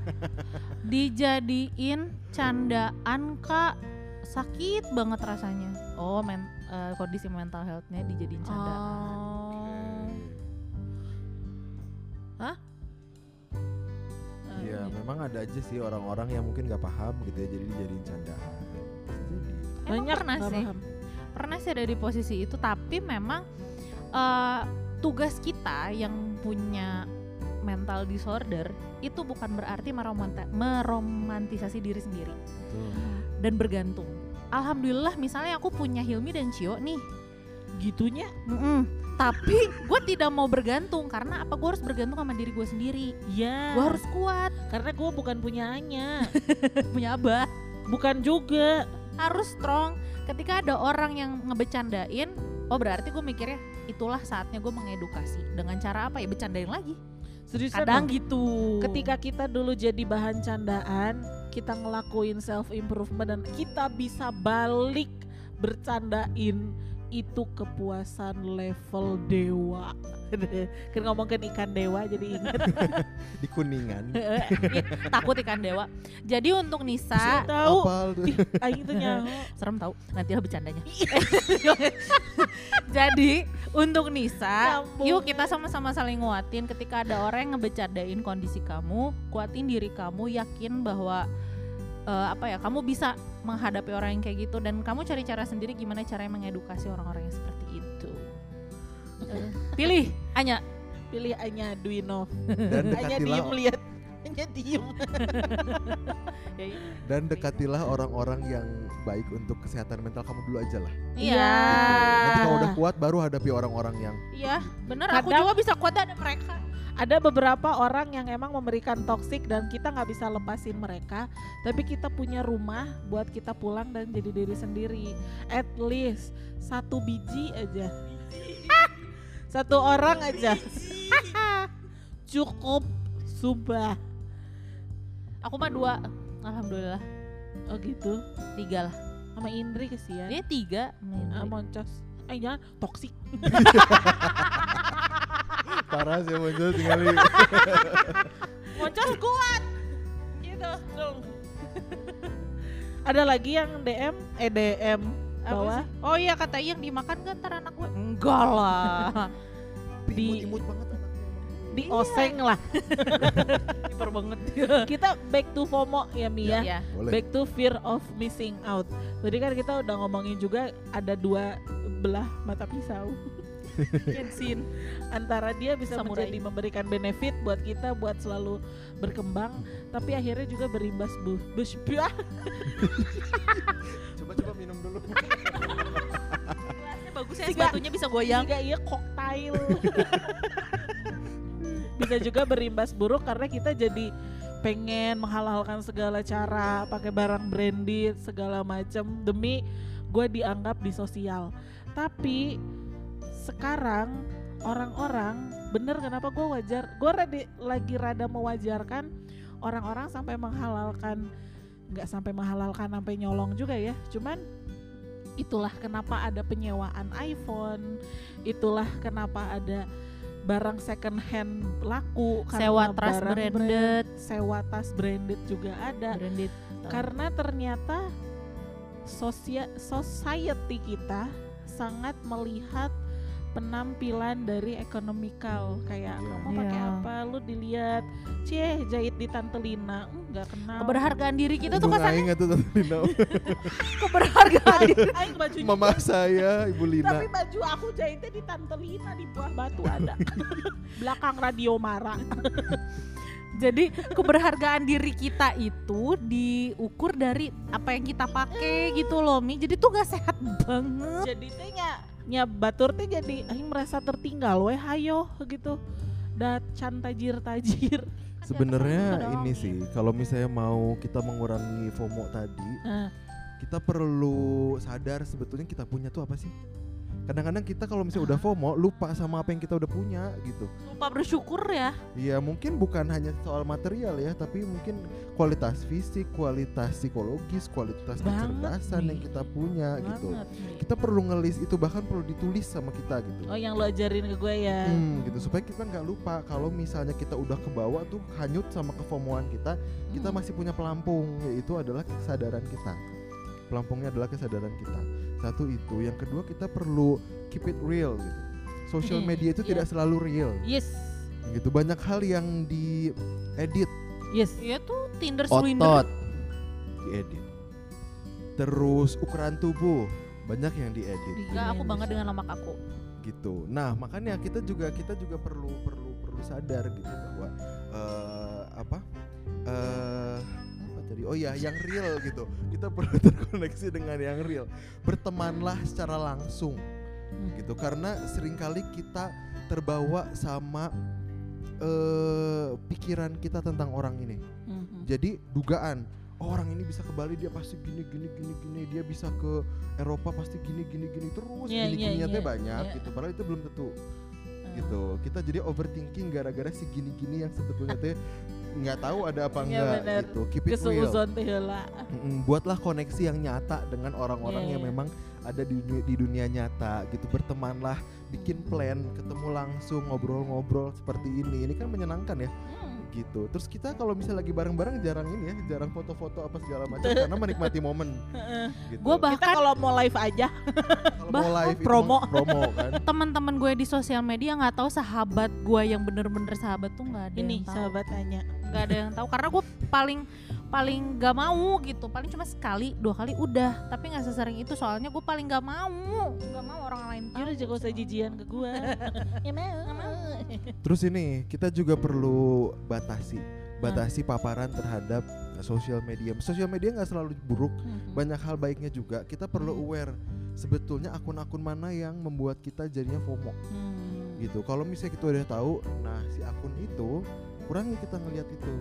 Dijadiin candaan kak, sakit banget rasanya. Oh men, eh, kondisi mental healthnya dijadiin candaan. Oh. Hah? Ah, Iya, ini. memang ada aja sih orang-orang yang mungkin nggak paham gitu ya, jadi dijadiin candaan. Bisa jadi. Emang Banyak pernah nggak sih. paham. Pernah sih ada di posisi itu, tapi memang eh, tugas kita yang punya mental disorder itu bukan berarti meromanta- meromantisasi diri sendiri Betul. dan bergantung. Alhamdulillah misalnya aku punya Hilmi dan Cio nih, Gitunya. Mm-mm. tapi gue tidak mau bergantung karena apa? Gue harus bergantung sama diri gue sendiri. Ya. Gue harus kuat, Karena gue bukan punya Anya. punya abah. Bukan juga. Harus strong. Ketika ada orang yang ngebecandain, oh berarti gue mikirnya itulah saatnya gue mengedukasi. Dengan cara apa ya? Bercandain lagi. Seriusan Kadang loh. gitu. Ketika kita dulu jadi bahan candaan, kita ngelakuin self improvement dan kita bisa balik bercandain, itu kepuasan level dewa. Kan ngomongin ikan dewa jadi ingat. Di Kuningan. Takut ikan dewa. Jadi untuk Nisa, Tahu. Apal tuh. Aing tuh nyaho. serem tahu. Nantilah bercandanya. Jadi untuk Nisa, Nyambung. yuk kita sama-sama saling nguatin. Ketika ada orang yang ngebecandain kondisi kamu, kuatin diri kamu, yakin bahwa uh, apa ya, kamu bisa menghadapi orang yang kayak gitu dan kamu cari cara sendiri gimana caranya mengedukasi orang-orang yang seperti itu. Uh, pilih Anya. Pilih Anya Dwinov. Dan Anya dekatilah diem lihat. Anya diem. Ya, iya. dan dekatilah orang-orang yang baik untuk kesehatan mental kamu dulu aja lah. Iya. Nanti kalau udah kuat baru hadapi orang-orang yang Iya, bener. Aku Kadang- juga bisa kuat ada mereka. Ada beberapa orang yang emang memberikan toksik dan kita nggak bisa lepasin mereka, tapi kita punya rumah buat kita pulang dan jadi diri sendiri. At least satu biji aja, satu orang aja, cukup. Sumpah. Aku mah dua, alhamdulillah. Oh gitu. Tiga lah. Sama Indri kesian. Dia tiga. Ah, moncos. Eh jangan toksik. parah sih muncul tinggal di- Moncos kuat. Gitu. dong. Ada lagi yang D M, eh D M Apa bawah. sih? Oh iya kata yang dimakan kan ntar anak gue. Enggak lah. Di- imut-imut banget anaknya. Di oseng lah. Hyper banget. Kita back to FOMO ya Mia. Iya. Boleh. Back to fear of missing out. Tadi kan kita udah ngomongin juga ada dua belah mata pisau. Kensin. Antara dia bisa Samurai. menjadi memberikan benefit buat kita buat selalu berkembang, tapi akhirnya juga berimbas bu, bus, buah. Coba-coba minum dulu. Gelasnya bagus ya, Tiga. batunya bisa goyang. Juga iya koktail. Bisa juga berimbas buruk karena kita jadi pengen menghalalkan segala cara, pakai barang branded segala macam demi gue dianggap di sosial. Tapi sekarang orang-orang bener kenapa gue wajar, gue lagi rada mewajarkan orang-orang sampai menghalalkan, nggak sampai menghalalkan sampai nyolong juga ya, cuman itulah kenapa ada penyewaan iPhone, itulah kenapa ada barang second hand laku, karena Sewa tas barang branded. brand, sewa tas branded juga ada, Branded. karena ternyata sosia, society kita sangat melihat penampilan dari ekonomikal, kayak Iya. kamu pakai Iya. apa, lu dilihat, cie jahit di Tante Lina, nggak kenal. Keberhargaan diri kita tuh Ibu kesannya Aing atuh Tante Lina. keberhargaan diri. Aing bajunya Mama saya Ibu Lina. tapi baju aku jahitnya di Tante Lina di Buah Batu ada. Belakang Radio Mara. Jadi keberhargaan diri kita itu diukur dari apa yang kita pakai gitu loh Mi. Jadi tuh gak sehat banget. Jadi teh nya nya batur teh jadi aing merasa tertinggal we hayo gitu. Da can tajir-tajir. Sebenarnya Ada ini dong. sih kalau misalnya mau kita mengurangi FOMO tadi, Nah, kita perlu sadar sebetulnya kita punya tuh apa sih. Kadang-kadang kita kalau misalnya udah FOMO lupa sama apa yang kita udah punya gitu. Lupa bersyukur ya. Iya mungkin bukan hanya soal material ya, tapi mungkin kualitas fisik, kualitas psikologis, kualitas Banget kecerdasan nih. yang kita punya gitu. banget nih. Kita perlu ngelis itu, bahkan perlu ditulis sama kita gitu. Oh yang lo ajarin ke gue ya. Hmm, gitu supaya kita nggak lupa kalau misalnya kita udah ke bawah tuh hanyut sama kefomoan kita, kita Hmm. masih punya pelampung, yaitu adalah kesadaran kita. Pelampungnya adalah kesadaran kita. Satu itu, yang kedua kita perlu keep it real gitu. Social Hmm, media itu iya. tidak selalu real Yes. gitu. Banyak hal yang diedit, Yes. Iya tuh Tinder Swindler. otot diedit. Terus ukuran tubuh banyak yang diedit Enggak, aku bangga dengan lemak aku. gitu. Nah, makanya kita juga kita juga perlu perlu perlu sadar gitu bahwa uh, apa uh, apa tadi oh ya yang real gitu, kita perlu terkoneksi dengan yang real. Bertemanlah secara langsung gitu, karena seringkali kita terbawa sama uh, pikiran kita tentang orang ini. Mm-hmm. Jadi dugaan, oh, orang ini bisa ke Bali dia pasti gini gini gini gini, dia bisa ke Eropa pasti gini gini gini terus yeah, gini yeah, gininya yeah, banyak yeah. gitu, padahal itu belum tentu. Gitu, kita jadi overthinking gara-gara si gini-gini yang sebetulnya teh nggak tahu ada apa enggak ya, gitu. Keep it real. Mm, buatlah koneksi yang nyata dengan orang-orang yeah, yang yeah. memang ada di dunia, di dunia nyata gitu. Bertemanlah, bikin plan, ketemu langsung, ngobrol-ngobrol seperti ini. Ini kan menyenangkan ya. Hmm. Gitu. Terus kita kalau misalnya lagi bareng-bareng jarang ini ya, jarang foto-foto apa segala macam karena menikmati momen. Gitu. Gue bahkan kalau mau live aja, kalau mau live promo, promo kan. Teman-teman gue di sosial media nggak tahu sahabat gue yang bener-bener sahabat tuh nggak ada ini yang tahu. Sahabat tanya, nggak ada yang tahu karena gue paling paling nggak mau gitu, paling cuma sekali dua kali udah, tapi nggak sesering itu soalnya gue paling nggak mau, nggak mau orang lain tahu. Udah jago usah jijian ke gue. Ya mau. Terus ini kita juga perlu batasi, batasi paparan terhadap sosial media. Sosial media nggak selalu buruk, hmm. banyak hal baiknya juga. Kita perlu aware sebetulnya akun-akun mana yang membuat kita jadinya FOMO, hmm. gitu. Kalau misalnya kita udah tahu, nah si akun itu kurangi kita ngelihat itu,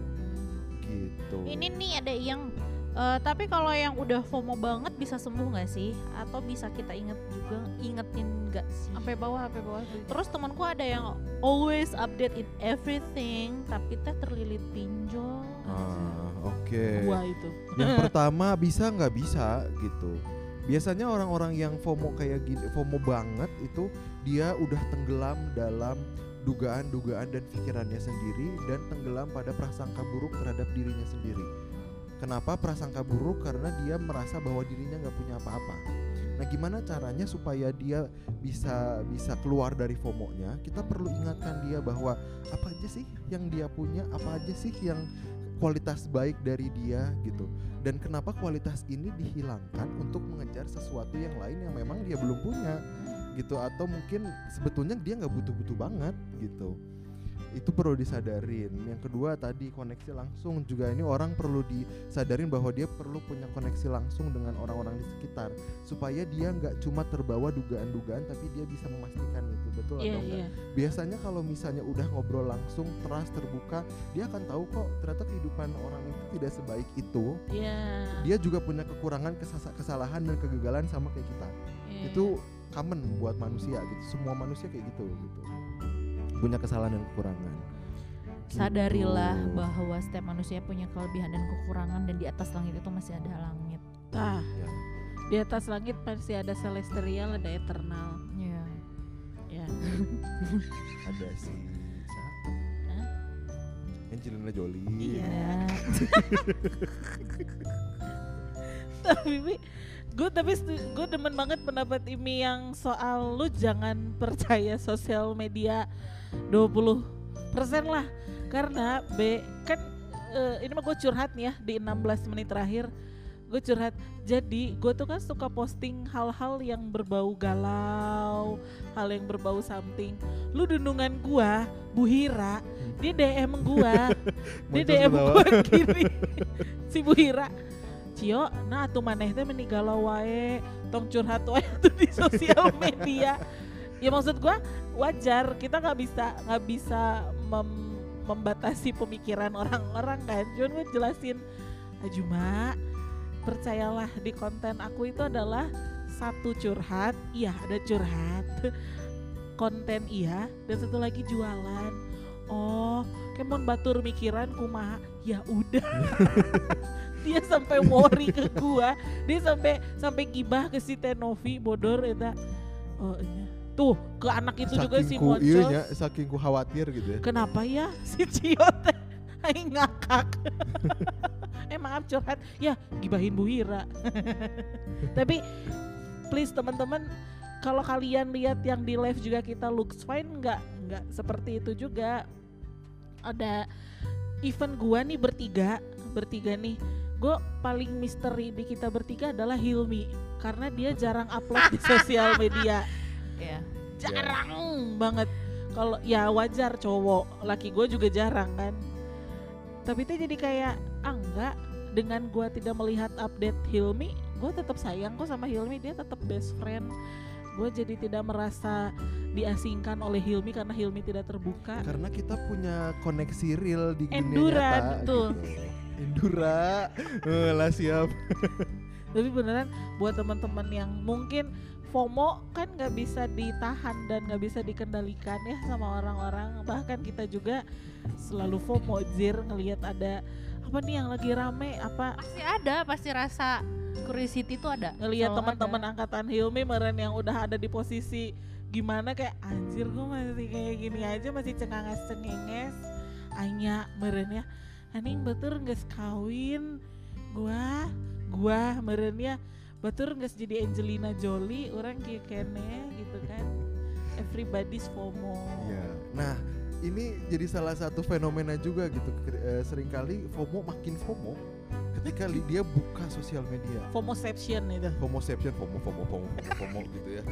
gitu. Ini nih ada yang Uh, tapi kalau yang udah FOMO banget bisa sembuh nggak sih? Atau bisa kita inget juga, ingetin nggak sih? Sampai bawah, sampai bawah. Terus temanku ada yang always update in everything, tapi teh terlilit pinjol. Ah, oke. Okay. Gua itu. Yang pertama bisa nggak bisa gitu. Biasanya orang-orang yang FOMO kayak gini, FOMO banget itu dia udah tenggelam dalam dugaan-dugaan dan pikirannya sendiri dan tenggelam pada prasangka buruk terhadap dirinya sendiri. Kenapa prasangka buruk? Karena dia merasa bahwa dirinya nggak punya apa-apa. Nah, gimana caranya supaya dia bisa bisa keluar dari FOMO-nya? Kita perlu ingatkan dia bahwa apa aja sih yang dia punya, apa aja sih yang kualitas baik dari dia gitu. Dan kenapa kualitas ini dihilangkan untuk mengejar sesuatu yang lain yang memang dia belum punya gitu, atau mungkin sebetulnya dia nggak butuh-butuh banget gitu. Itu perlu disadarin. Yang kedua tadi koneksi langsung juga, ini orang perlu disadarin bahwa dia perlu punya koneksi langsung dengan orang-orang di sekitar supaya dia nggak cuma terbawa dugaan-dugaan tapi dia bisa memastikan itu betul yeah, atau enggak. Yeah. Biasanya kalau misalnya udah ngobrol langsung, trust, terbuka, dia akan tahu kok ternyata kehidupan orang itu tidak sebaik itu. Yeah. Dia juga punya kekurangan, kesasa- kesalahan dan kegagalan sama kayak kita. Yeah. Itu common buat manusia gitu. Semua manusia kayak gitu gitu. Punya kesalahan dan kekurangan. Sadarilah gitu. Bahwa setiap manusia punya kelebihan dan kekurangan, dan di atas langit itu masih ada langit. Ah, ya. Di atas langit masih ada celestial, ada eternal. Ya. Ya. Ada si huh? Angelina Jolie. Iya. Tapi gue tapi gue demen banget pendapat Imi yang soal lu jangan percaya sosial media dua puluh persen lah, karena B kan uh, ini mah gue curhat nih ya di enam belas menit terakhir gue curhat. Jadi gue tuh kan suka posting hal-hal yang berbau galau, hal yang berbau something. Lu dundungan gue, Bu Hira, dia D M gue, dia D M gue gini, si Bu Hira, Cio, nah tuh maneh teh meni galau wae, tong curhat wae tuh di sosial media. Ya maksud gua wajar, kita nggak bisa nggak bisa mem, membatasi pemikiran orang-orang kan. Cuman gue jelasin, Ajuma, percayalah di konten aku itu adalah satu curhat, iya ada curhat, konten iya, dan satu lagi jualan. Oh, kemon batur mikiran kumaha, ya udah. Dia sampai worry ke gua, dia sampai sampai gibah ke si Tenovi bodor eta. Oh iya. Tuh ke anak itu saking juga si Moncos. Iya, saking ku khawatir gitu ya. Kenapa ya si Cio teh aing ngakak. eh maaf curhat, ya gibahin Bu Hira. Tapi please teman-teman, kalau kalian lihat yang di live juga kita looks fine, nggak nggak seperti itu juga. Ada event gua nih bertiga, bertiga nih. Gue paling misteri di kita bertiga adalah Hilmi, karena dia jarang upload di sosial media. Yeah. Jarang yeah. banget. Kalau ya wajar cowok, laki gue juga jarang kan. Tapi itu jadi kayak ah enggak, dengan gue tidak melihat update Hilmi, gue tetap sayang kok sama Hilmi, dia tetap best friend. Gue jadi tidak merasa diasingkan oleh Hilmi karena Hilmi tidak terbuka. Karena kita punya koneksi real di dunia Endura, nyata. betul. Gitu. Endura, eh, lah siap. Tapi beneran buat teman-teman yang mungkin FOMO kan nggak bisa ditahan dan nggak bisa dikendalikan ya sama orang-orang. Bahkan kita juga selalu FOMO jir ngelihat ada apa nih yang lagi rame, apa Pasti ada, pasti rasa curiosity itu ada. ngelihat Selalu teman-teman ada. angkatan Hilmi meren yang udah ada di posisi gimana, kayak anjir gue masih kayak gini aja, masih cenganges cengenges anya meren ya aning betul nggak kawin gua gua meren ya betul nggak jadi Angelina Jolie orang kayak kene gitu kan, everybody's FOMO. Iya. Nah, ini jadi salah satu fenomena juga gitu. E, seringkali FOMO makin FOMO ketika li- dia buka sosial media. FOMOception itu. FOMOception, FOMO, FOMO, FOMO, FOMO, FOMO gitu ya.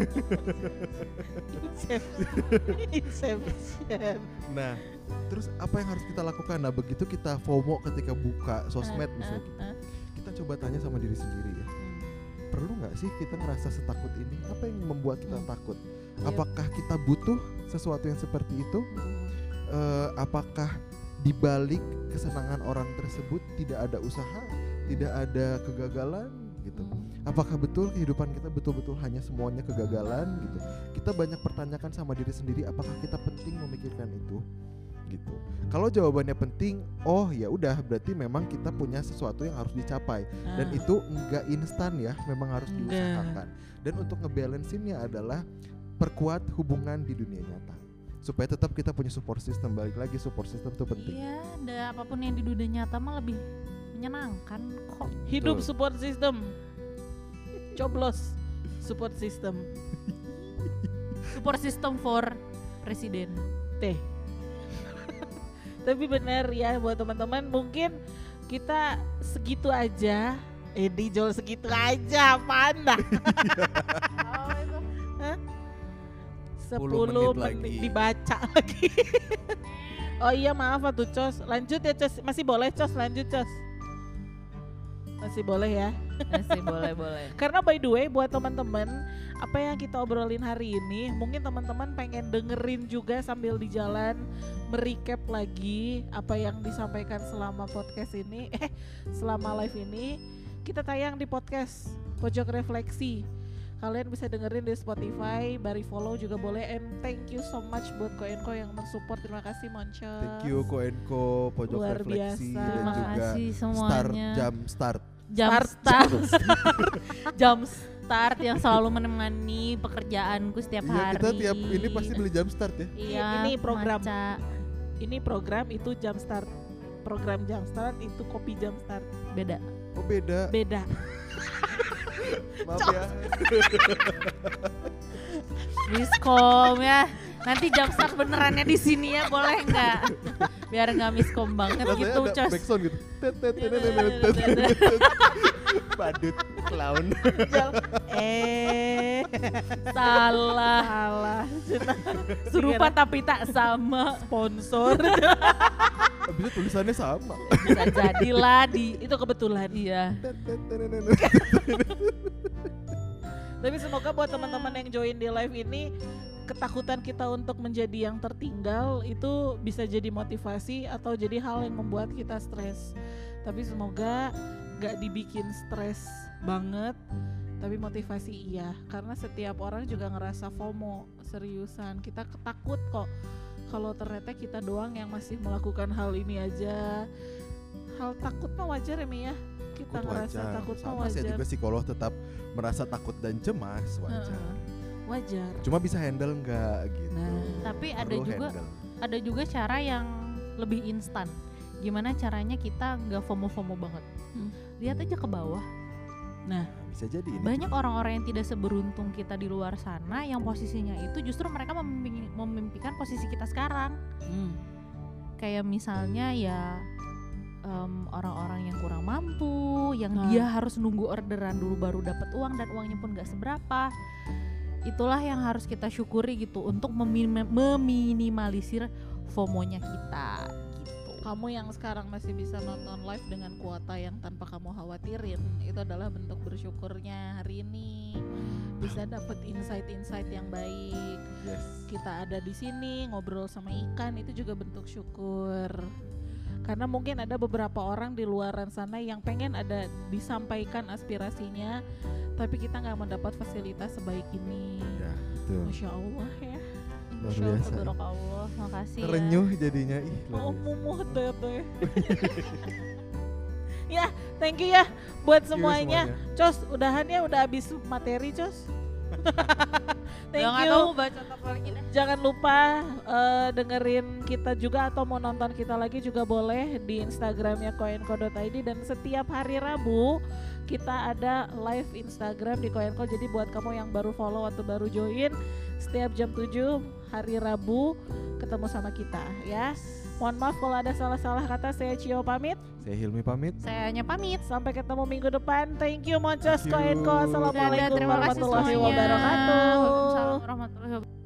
Inception. Nah, terus apa yang harus kita lakukan? Nah, begitu kita FOMO ketika buka sosmed Ah, misalnya, gitu. ah, ah. Kita coba tanya sama diri sendiri ya. Perlu nggak sih kita ngerasa setakut ini? Apa yang membuat kita Hmm. takut? Iya. Apakah kita butuh sesuatu yang seperti itu? Eh, apakah di balik kesenangan orang tersebut tidak ada usaha, tidak ada kegagalan gitu? Apakah betul kehidupan kita betul-betul hanya semuanya kegagalan gitu? Kita banyak pertanyakan sama diri sendiri, apakah kita penting memikirkan itu? Gitu. Kalau jawabannya penting, oh ya udah berarti memang kita punya sesuatu yang harus dicapai dan Ah. itu enggak instan ya, memang harus Enggak. diusahakan. Dan untuk ngebalancinnya adalah perkuat hubungan di dunia nyata supaya tetap kita punya support system. Balik lagi, support system itu penting. Iya, ada apapun yang di dunia nyata mah lebih menyenangkan kok. Hidup Betul. support system. Coblos support system. Support system for presiden. Teh. Tapi benar ya buat teman-teman, mungkin kita segitu aja. Eh dijol segitu aja apaan dah? Oh, itu. sepuluh menit menit, lagi. dibaca lagi. Oh iya maaf atuh Cos. Lanjut ya Cos. Masih boleh Cos, lanjut Cos. Masih boleh ya. Masih boleh boleh. Karena by the way buat teman-teman, apa yang kita obrolin hari ini mungkin teman-teman pengen dengerin juga sambil di jalan, merecap lagi apa yang disampaikan selama podcast ini, eh selama live ini. Kita tayang di podcast Pojok Refleksi. Kalian bisa dengerin di Spotify, bari follow juga boleh. And thank you so much buat Koenko yang mensupport. Terima kasih Monco. Thank you Koenko, Pojok Luar Refleksi biasa. dan Terima juga kasih Start semuanya. Jam Start. Jam Start. start. Jam start yang selalu menemani pekerjaanku setiap Iya, hari. kita tiap ini pasti beli Jam Start ya. Iya, Ini program. maca. Ini program, itu jam start. Program jam start, itu kopi jam start. Beda. Oh beda. Beda. Maaf ya. Miskom ya. Nanti jam start benerannya di sini ya, boleh nggak? Biar nggak miskom banget Rasanya gitu, ada Cos. backsound gitu. Tet, tet, tet, tet, tet, tet, tet. Badut clown. eh, Salah. salah. Serupa tapi tak sama. Sponsor. Habisnya tulisannya sama. Bisa jadilah di. Itu kebetulan. Iya. Tet, tet, tet, tet, tet. Tapi semoga buat teman-teman yang join di live ini, ketakutan kita untuk menjadi yang tertinggal itu bisa jadi motivasi atau jadi hal yang membuat kita stres. Tapi semoga gak dibikin stres banget, tapi motivasi iya. Karena setiap orang juga ngerasa FOMO, seriusan. Kita ketakut kok kalau ternyata kita doang yang masih melakukan hal ini aja. Hal takut mah wajar ya Mi ya. Kita Takut ngerasa wajar. takut mah Sama saya wajar. juga psikolog tetap merasa takut dan cemas, wajar. Heeh, wajar. Cuma bisa handle nggak gitu. Nah, Tapi ada Perlu juga handle. ada juga cara yang lebih instan. Gimana caranya kita nggak FOMO-FOMO banget? Hmm. Lihat aja ke bawah. Nah, Bisa jadi ini. Banyak orang-orang yang tidak seberuntung kita di luar sana yang posisinya itu justru mereka memimpi- memimpikan posisi kita sekarang. hmm. Kayak misalnya ya em, orang-orang yang kurang mampu, yang Nah. dia harus nunggu orderan dulu baru dapat uang dan uangnya pun gak seberapa. itulah yang harus kita syukuri gitu untuk memin- meminimalisir FOMO-nya kita gitu. Kamu yang sekarang masih bisa nonton live dengan kuota yang tanpa kamu khawatirin, itu adalah bentuk bersyukurnya hari ini. Bisa dapet insight-insight yang baik. Yes. Kita ada di sini ngobrol sama ikan, itu juga bentuk syukur. Karena mungkin ada beberapa orang di luaran sana yang pengen ada disampaikan aspirasinya, tapi kita nggak mendapat fasilitas sebaik ini. Ya, betul. Masya Allah ya. Luar Masya Allah, biasa. tabarakallah. Makasih ya. Terenyuh jadinya ih. luar Oh biasa. mumuh tete. Ya, thank you ya buat Thank you semuanya. Cos, udahan ya, udah habis materi, Cos. Thank Udah nggak you. tahu mau baca apa lagi deh. Jangan lupa eh, dengerin kita juga atau mau nonton kita lagi juga boleh di Instagramnya koenko dot i d, dan setiap hari Rabu kita ada live Instagram di Koenko. Jadi buat kamu yang baru follow atau baru join, setiap jam tujuh hari Rabu ketemu sama kita ya. Mohon maaf kalau ada salah-salah kata. Saya Cio pamit. Saya Hilmi pamit. Saya hanya pamit. Sampai ketemu minggu depan. Thank you Moncos Thank you. Koenko. Assalamualaikum Dadah, terima kasih warahmatullahi semuanya. wabarakatuh. Waalaikumsalam warahmatullahi wabarakatuh.